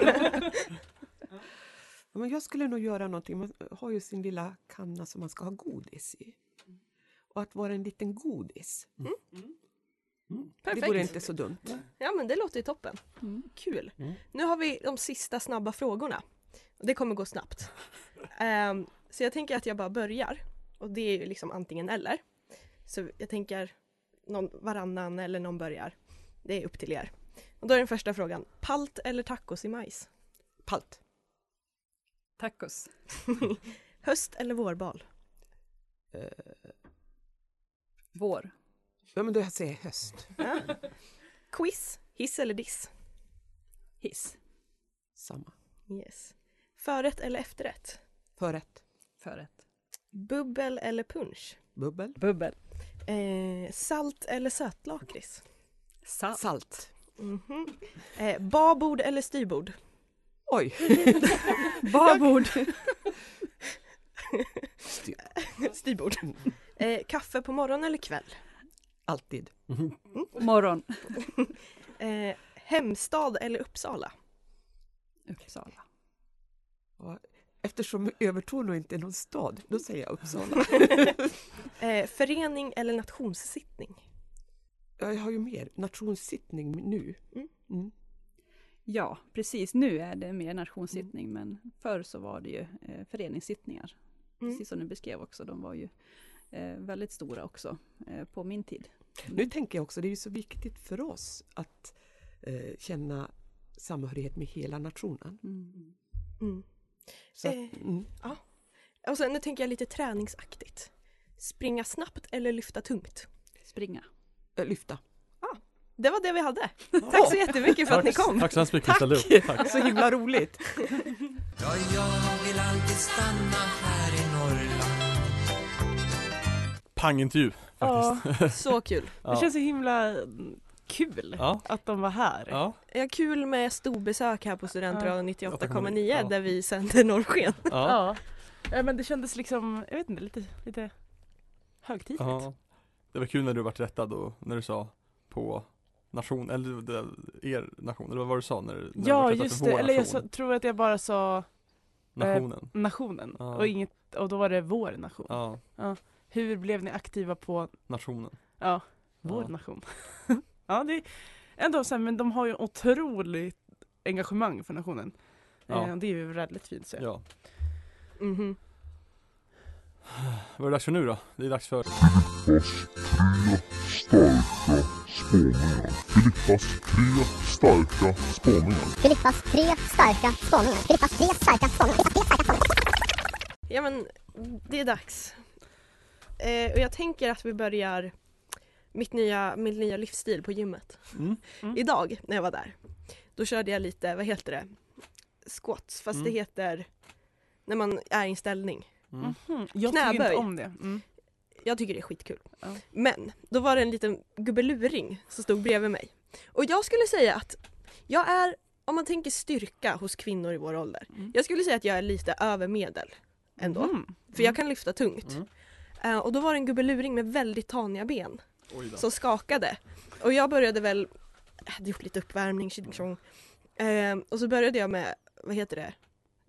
Ja, men jag skulle nog göra någonting. Man har ju sin lilla kanna som man ska ha godis i. Och att vara en liten godis. Mm. Det vore Perfekt. inte så dumt. Ja, men det låter ju toppen. Mm. Kul. Mm. Nu har vi de sista snabba frågorna. Och det kommer gå snabbt. Ehm, så jag tänker att jag bara börjar. Och det är ju liksom antingen eller. Så jag tänker någon varannan eller någon börjar. Det är upp till er. Och då är den första frågan. Palt eller tacos i majs? Palt. Tacos. Höst eller vårbal? Eh, Vår. ja, men då jag säger höst. Ja. Quiz, hiss eller diss? Hiss. Samma. Yes. Förrätt eller efterrätt? Förrätt. Förrätt. Bubbel eller punsch? Bubbel. Bubbel. Eh, salt eller sötlakrits? Salt. Salt. Mhm. Eh, babord eller styrbord? Oj. Babord. Styrbord. Eh, kaffe på morgon eller kväll? Alltid. Morgon. Eh, hemstad eller Uppsala? Uppsala. Ja, eftersom Övertorneå inte är någon stad, då säger jag Uppsala. Eh, förening eller nationssittning? Ja, jag har ju mer nationssittning nu. Mm. Mm. Ja, precis. Nu är det mer nationssittning, men förr så var det ju eh, föreningssittningar. Mm. Precis som du beskrev också. De var ju eh, väldigt stora också eh, på min tid. Nu tänker jag också, det är ju så viktigt för oss att eh, känna samhörighet med hela nationen. Mm. Mm. Så att, Eh. mm. Och sen nu tänker jag lite träningsaktigt. Springa snabbt eller lyfta tungt? Springa. Äh, lyfta. Det var det vi hade. Tack så jättemycket för att ni kom. Tack så hemskt mycket för att ni ställde upp. Tack. Så himla roligt. Ja, jag vill alltid stanna här i Norrland. Pangintervju faktiskt. Så kul. Det känns så himla kul Ja. att de var här. Ja. Jag har kul med storbesök här på Studentradion nittioåtta komma nio Ja. där vi sänder Norrsken. Ja. Ja. Ja, men det kändes liksom, jag vet inte, lite, lite högtidligt. Ja. Det var kul när du vart rättad och när du sa på nation, eller det, er nation, eller vad var du sa när, när du Ja, vart rättad just för det. vår Eller jag nation? så, tror att jag bara sa Nationen. eh, nationen. Ja. Och, inget, och då var det vår nation. Ja, Hur blev ni aktiva på nationen. ja, vår Ja. nation? Ja, det är ändå så här, men de har ju otroligt engagemang för nationen. Ja. Eh, det är ju väldigt fint så. Ja. Mhm. Vad är det dags för nu då? Det är dags för Filippas tre starka spaningar. Filippas tre starka spaningar. Filippas tre starka spaningar. Ja men det är dags. Eh, och jag tänker att vi börjar mitt nya, min nya livsstil på gymmet. mm. Mm. Idag när jag var där, då körde jag lite, vad heter det? Squats, fast Mm. det heter när man är i en ställning. Mm. Mhm. Jag Knäböj. tycker inte om det. Mm. Jag tycker det är skitkul. Ja. Men då var det en liten gubbeluring som stod bredvid mig. Och jag skulle säga att jag är, om man tänker styrka hos kvinnor i vår ålder, Mm. jag skulle säga att jag är lite över medel ändå. Mm. För jag kan lyfta tungt. Mm. Eh, och då var det en gubbeluring med väldigt taniga ben Oj då. som skakade. Och jag började väl, jag hade gjort lite uppvärmning, tjing, tjong. Eh, och så började jag med, vad heter det?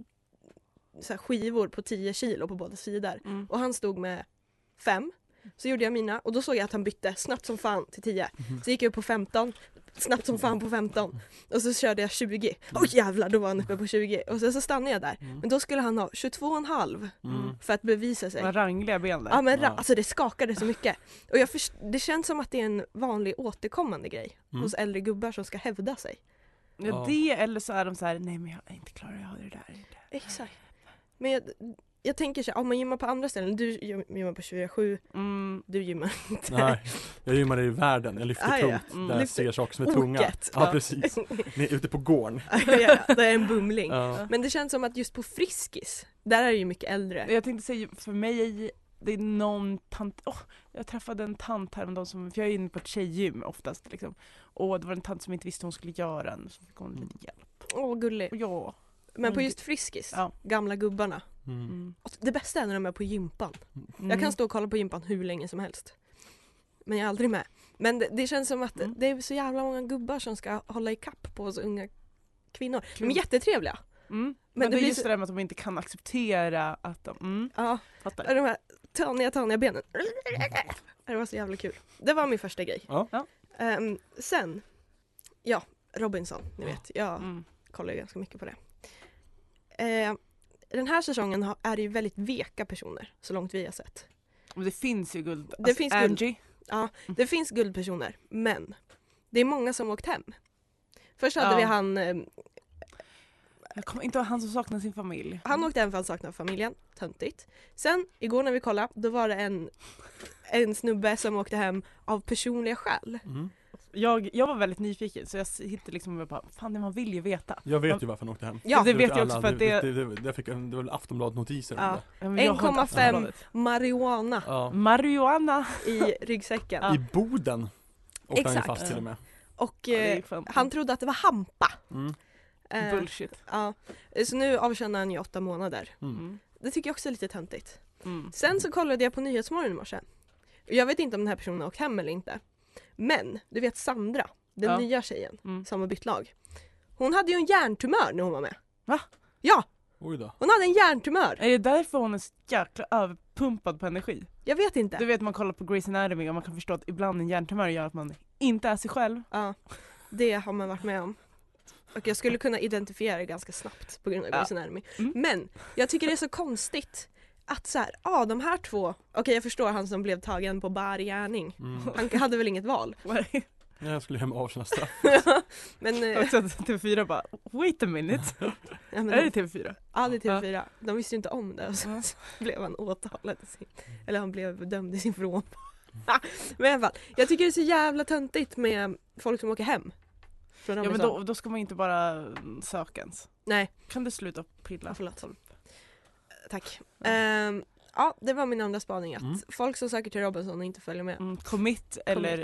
Så här skivor på tio kilo på båda sidor. Mm. Och han stod med fem. Så gjorde jag mina och då såg jag att han bytte snabbt som fan till tio. Mhm. Så gick jag upp på femton, snabbt som fan på femton. Och så körde jag tjugo. Oj jävlar, då var han uppe på tjugo. Och sen så stannade jag där. Mm. Men då skulle han ha tjugotvå och en halv Mm. för att bevisa sig. Vad rangliga ben där. Ja men ra- Ja. alltså det skakade så mycket. Och jag först- det känns som att det är en vanlig återkommande grej Mm. hos äldre gubbar som ska hävda sig. Ja, Ja. det eller så är de så här, nej men jag är inte klar att ha det där. Exakt. Men jag, jag tänker så här, om man gymmar på andra ställen, du gymmar på tjugoåtta sju, Mm. du gymmar inte. Nej, jag gymmar i världen, jag lyfter Ah, ja. tungt Mm. där jag Lyfter ser saker som är tunga. Oket. Ja, precis. Ni är ute på gården. ja, ja, ja, det är en bumling. Ja. Men det känns som att just på Friskis, där är det ju mycket äldre. Jag tänkte säga, för mig, det är någon tant, åh, jag träffade en tant häromdagen som, för jag är inne på ett tjejgym oftast liksom. Och det var en tant som inte visste vad hon skulle göra, så fick hon lite hjälp. Åh, gullig. Och ja. Men på just Friskis, Ja. gamla gubbarna. Mm. Mm. Och det bästa är när de är på gympan. Mm. Jag kan stå och kolla på gympan hur länge som helst. Men jag är aldrig med. Men det, det känns som att Mm. det är så jävla många gubbar som ska hålla i kapp på oss unga kvinnor. De Kul. är jättetrevliga. Mm. Men, Men det, det är blir just så- det där med att de inte kan acceptera att de, mm, Ja, fattar. de här taniga, taniga benen. Det var så jävla kul. Det var min första grej. Ja. Ja. Ehm, sen, ja, Robinson, ni vet. Jag Mm. kollar ju ganska mycket på det. Eh, den här säsongen har, är det ju väldigt veka personer, så långt vi har sett. Och det finns ju guld. Det finns guld. Angie. Ja, det finns guldpersoner, men det är många som åkt hem. Först hade Ja. vi han, eh, Jag kommer inte ihåg han som saknar sin familj. han åkte hem för att han saknade familjen, töntigt. Sen, igår när vi kollade, då var det en, en snubbe som åkte hem av personliga skäl. Mm. Jag, jag var väldigt nyfiken så jag hittade liksom och bara, fan det man vill ju veta. Jag vet ju varför han åkte hem. Ja, det vet alla, jag också för att det, det, det, det, fick, en- det var väl Aftonbladet-notiser om Ja. det. Ja, men jag har inte en komma fem Aftonbladet. marijuana Ja. Marijuana. i ryggsäcken. Ja. I Boden åkte han ju Exakt. fast till och med. Och Ja, det är eh, fan- han trodde att det var hampa. Mm. Eh, Bullshit. ja. Så nu avtjänar han ju åtta månader. Mm. Mm. Det tycker jag också är lite töntigt. Mm. Sen så kollade jag på Nyhetsmorgon i morse. Och jag vet inte om den här personen har åkt hem eller inte. Men du vet Sandra, den Ja. nya tjejen Mm. som har bytt lag. Hon hade ju en hjärntumör när hon var med. Va? Ja, Oj då. hon hade en hjärntumör. Är det därför hon är så jäkla överpumpad på energi? Jag vet inte. Du vet man kollar på Grey's Anatomy och man kan förstå att ibland en hjärntumör gör att man inte är sig själv. Ja, det har man varit med om. Och jag skulle kunna identifiera det ganska snabbt på grund av Ja. Grey's Anatomy. Mm. Men jag tycker det är så konstigt att så här, ja ah, de här två, okej jag förstår han som blev tagen på bar gärning. Mm. Han hade väl inget val. Jag skulle hem och avtjäna straff. Men, eh, Också att T V fyra bara, wait a minute. ja, men Är det T V fyra? Ja, det är T V fyra. De visste ju inte om det och så Ja. blev han åtalad. i sin- Eller han blev dömd i sin frånvaro. Men i alla fall, jag tycker det är så jävla töntigt med folk som åker hem. Från Ja men Robinson. då, då ska man inte bara mm, söka ens. Nej, Kan du sluta pilla? Ja, förlåt. tack. Ehm, ja, det var min andra spaning. Att Mm. folk som söker till Robinson och inte följer med. Mm, commit eller Commit.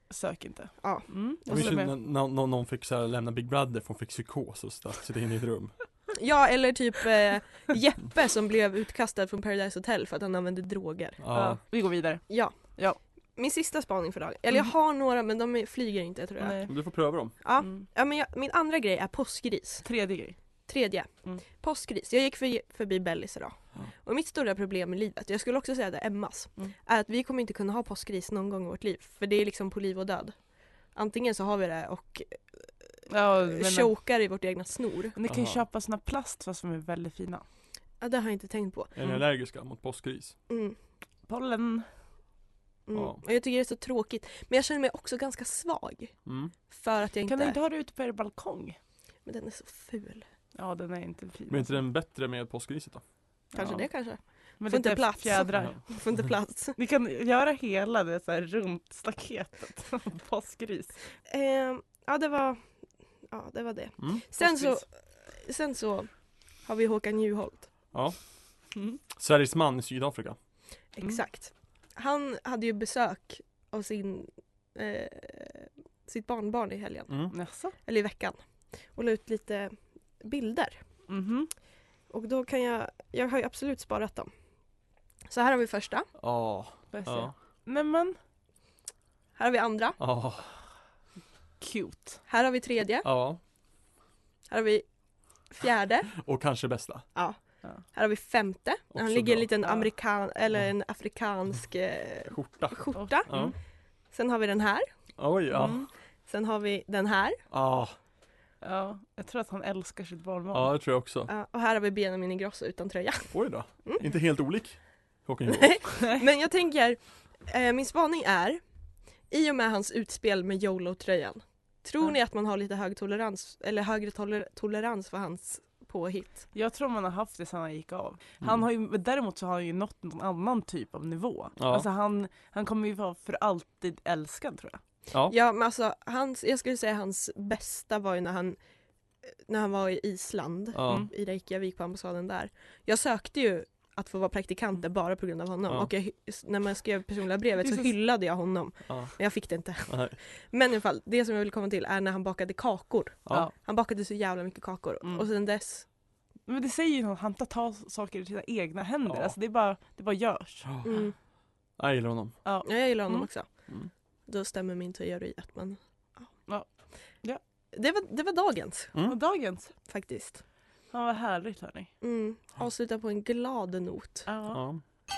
Sök inte. Ja. Mm, Jag jag minns ju håller när med. när någon, någon fick så här, lämna Big Brother för hon fick psykos och så sitta inne i ett rum. Ja, eller typ eh, Jeppe som blev utkastad från Paradise Hotel för att han använde droger. Ja. Ja, vi går vidare. Ja. Ja. Min sista spaning för dagen. Eller jag Mm. har några men de är- flyger inte tror jag. Nej. Du får pröva dem. Ja. Mm. Ja, men jag, min andra grej är påskris. Tredje grej. Tredje. Mm. Påskris. Jag gick för, förbi Bellis idag. Ja. Och mitt stora problem i livet, jag skulle också säga det är Emmas, Mm. är att vi kommer inte kunna ha påskris någon gång i vårt liv. För det är liksom på liv och död. Antingen så har vi det och Ja, eh, men, chokar i vårt egna snor. men ni kan ju Aha. köpa såna plast fast som är väldigt fina. Ja, det har jag inte tänkt på. Är ni Mm. allergiska mot påskris? Mm. Pollen. Mm. Ja. Och jag tycker det är så tråkigt. Men jag känner mig också ganska svag. Mm. För att jag inte... Kan du inte ha det ute på er balkong? Men den är så ful. Ja, den är inte fin. Men är inte den bättre med påskriset då? Kanske Ja. det kanske. Men får lite inte plats. fjädrar. Får inte plats. Ni kan göra hela det så här runt staketet. Påskris. Ehm, ja, det var... Ja, det var det. Mm. Sen så, Påskris. sen så har vi Håkan Juholt. Ja. Mm. Sveriges man i Sydafrika. Mm. Exakt. Han hade ju besök av sin, eh, sitt barnbarn i helgen. Mm. Jaså? Eller i veckan. Och la ut lite bilder. Mhm. Och då kan jag... Jag har ju absolut sparat dem. Så här har vi första. Ja. Får jag se? Ja. Nej men, Här har vi andra. Ja. cute. Här har vi tredje. Ja. Här har vi fjärde. Och kanske bästa. Ja. Ja. Här har vi femte. När han Också ligger i en bra. liten Ja. amerikan eller Ja. en afrikansk eh, Skjorta. skjorta. Ja. Mm. Sen har vi den här. Oj, ja. Mm. Sen har vi den här. Ja. Ja, jag tror att han älskar sitt barnbarn. Ja, det tror jag också. Ja, och här har vi Benjamin Ingrosso utan tröja. Oj då. Mm. Inte helt olik Håkan Juholt. Nej, men jag tänker, eh, min spaning är, i och med hans utspel med YOLO-tröjan, tror Ja. ni att man har lite hög tolerans, eller högre toler- tolerans för hans påhitt? Jag tror man har haft det sedan han gick av. Mm. Han har ju, men däremot så har han ju nått någon annan typ av nivå. Ja. Alltså han, han kommer ju vara för alltid älskad tror jag. Ja. Ja, men alltså, hans, jag skulle säga hans bästa var ju när han, när han var i Island, Ja. Mm. i Reykjavik på ambassaden där. Jag sökte ju att få vara praktikant där bara på grund av honom. Ja. Och jag, när man skrev personliga brevet Det är så så- hyllade jag honom. Ja. Men jag fick det inte. Nej. Men i alla fall, det som jag vill komma till är när han bakade kakor. Ja. Han bakade så jävla mycket kakor. Mm. Och sen dess, Men det säger ju något, han tar ta saker i sina egna händer. Ja. Alltså det är bara, det bara görs. mm, Jag gillar honom. Ja. ja, jag gillar honom Mm. också. Mm. Då stämmer min teori att man... Ja. Ja. Ja. Det, var, det var dagens Mm. Och dagens. faktiskt. Ja, vad härligt hörni. Mm. Avsluta på en glad not. Ja. Ja.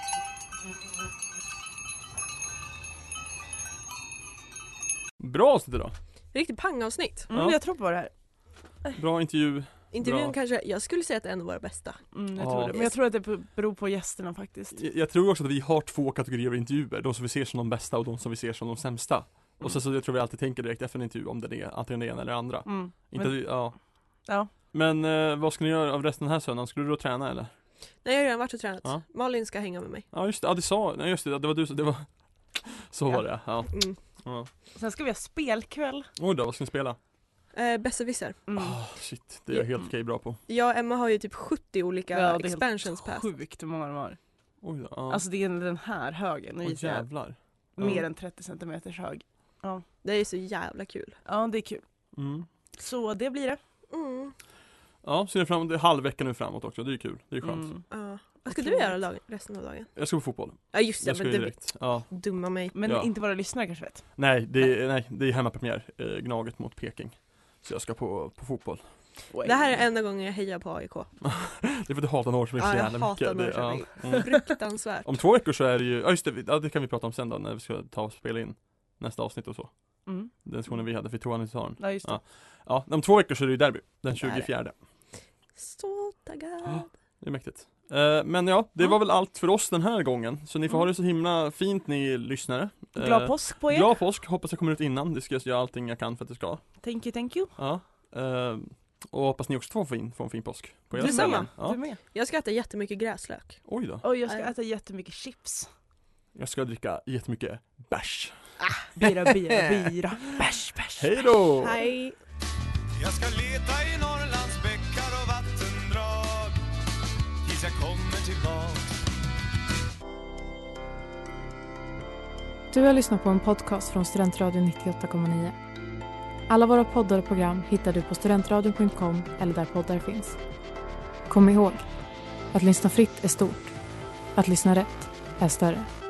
Bra avsnitt idag. Riktigt pangavsnitt. Mm, Ja. Jag tror på det här. Bra intervju. Intervjun Bra. kanske, jag skulle säga att det är en av våra bästa. Mm, jag Ja. tror det. Men jag tror att det beror på gästerna faktiskt. Jag jag tror också att vi har två kategorier av intervjuer. De som vi ser som de bästa och de som vi ser som de sämsta. Och sen så jag tror vi alltid tänker direkt efter en intervju om det är antingen det ena eller det andra. Mm. Inte Men, att vi, ja. ja. Men eh, vad ska ni göra av resten den här söndagen? Skulle du då träna eller? Nej, jag har redan varit och tränat. Ja. Malin ska hänga med mig. Ja just det, ja det sa, nej just det, det var du som, det var Så Ja. var det, ja. Mm. ja. Sen ska vi ha spelkväll. Oj då, vad ska ni spela? Eh, Besserwisser. Mm. Ah, shit, det är jag helt okej bra på. Jag och Emma har ju typ sjuttio olika Ja, det är expansions helt pass. sjukt hur många de har. Oj då, ja. Alltså det är den här högen. Nu Åh, visar jag jävlar. mer Ja. än trettio centimeters hög. Det är så jävla kul. Ja, det är kul. Mm. Så det blir det. Mm. Ja, ser ni fram emot, det är halvvecka nu framåt också, det är ju kul, det är skönt. Mm. Ja. Vad ska Otroligt. du göra dagen, resten av dagen? Jag ska på fotboll, Ja just det, jag ska men ju det direkt. Ja. dumma mig. Men Ja. inte våra lyssnare kanske vet. Nej, det är, nej, det är hemmapremiär, eh, Gnaget mot Peking. Så jag ska på, på fotboll. Det här är enda gången jag hejar på A I K. Det är för att du hatar Norrköping så Ja, jag jävla hatar mycket. Det, ja. Norrköping. mm. Fruktansvärt. Om två veckor så är det ju, ja just det, ja, det kan vi prata om sen då när vi ska ta och spela in nästa avsnitt och så. Mm. Den diskussionen vi hade, för vi tog han inte ta den. Ja, just det. Ja. Ja, om två veckor så är det ju derby, den Det är det. tjugofjärde. Så taggad. Ja. Det är mäktigt. Eh, men ja, det Ja. var väl allt för oss den här gången. Så ni får Mm. ha det så himla fint ni lyssnare. Eh, Glad påsk på er. Glad påsk, hoppas jag kommer ut innan. Det ska jag göra allting jag kan för att det ska. Thank you, thank you. Ja. Eh, och hoppas ni också får fin, får en fin påsk. På era Detsamma. ställen. Du Ja. med. Jag ska äta jättemycket gräslök. Oj då. Och jag ska Nej. äta jättemycket chips. Jag ska dricka jättemycket bärs. Bira, bira, bira. Bärs, bärs. Hej då! Hej! Jag ska leta i Norrlands bäckar och vattendrag tills jag kommer tillbaks. Du har lyssnat på en podcast från Studentradion nittioåtta komma nio. Alla våra poddar och program hittar du på studentradion punkt com eller där poddar finns. Kom ihåg, att lyssna fritt är stort. Att lyssna rätt är större.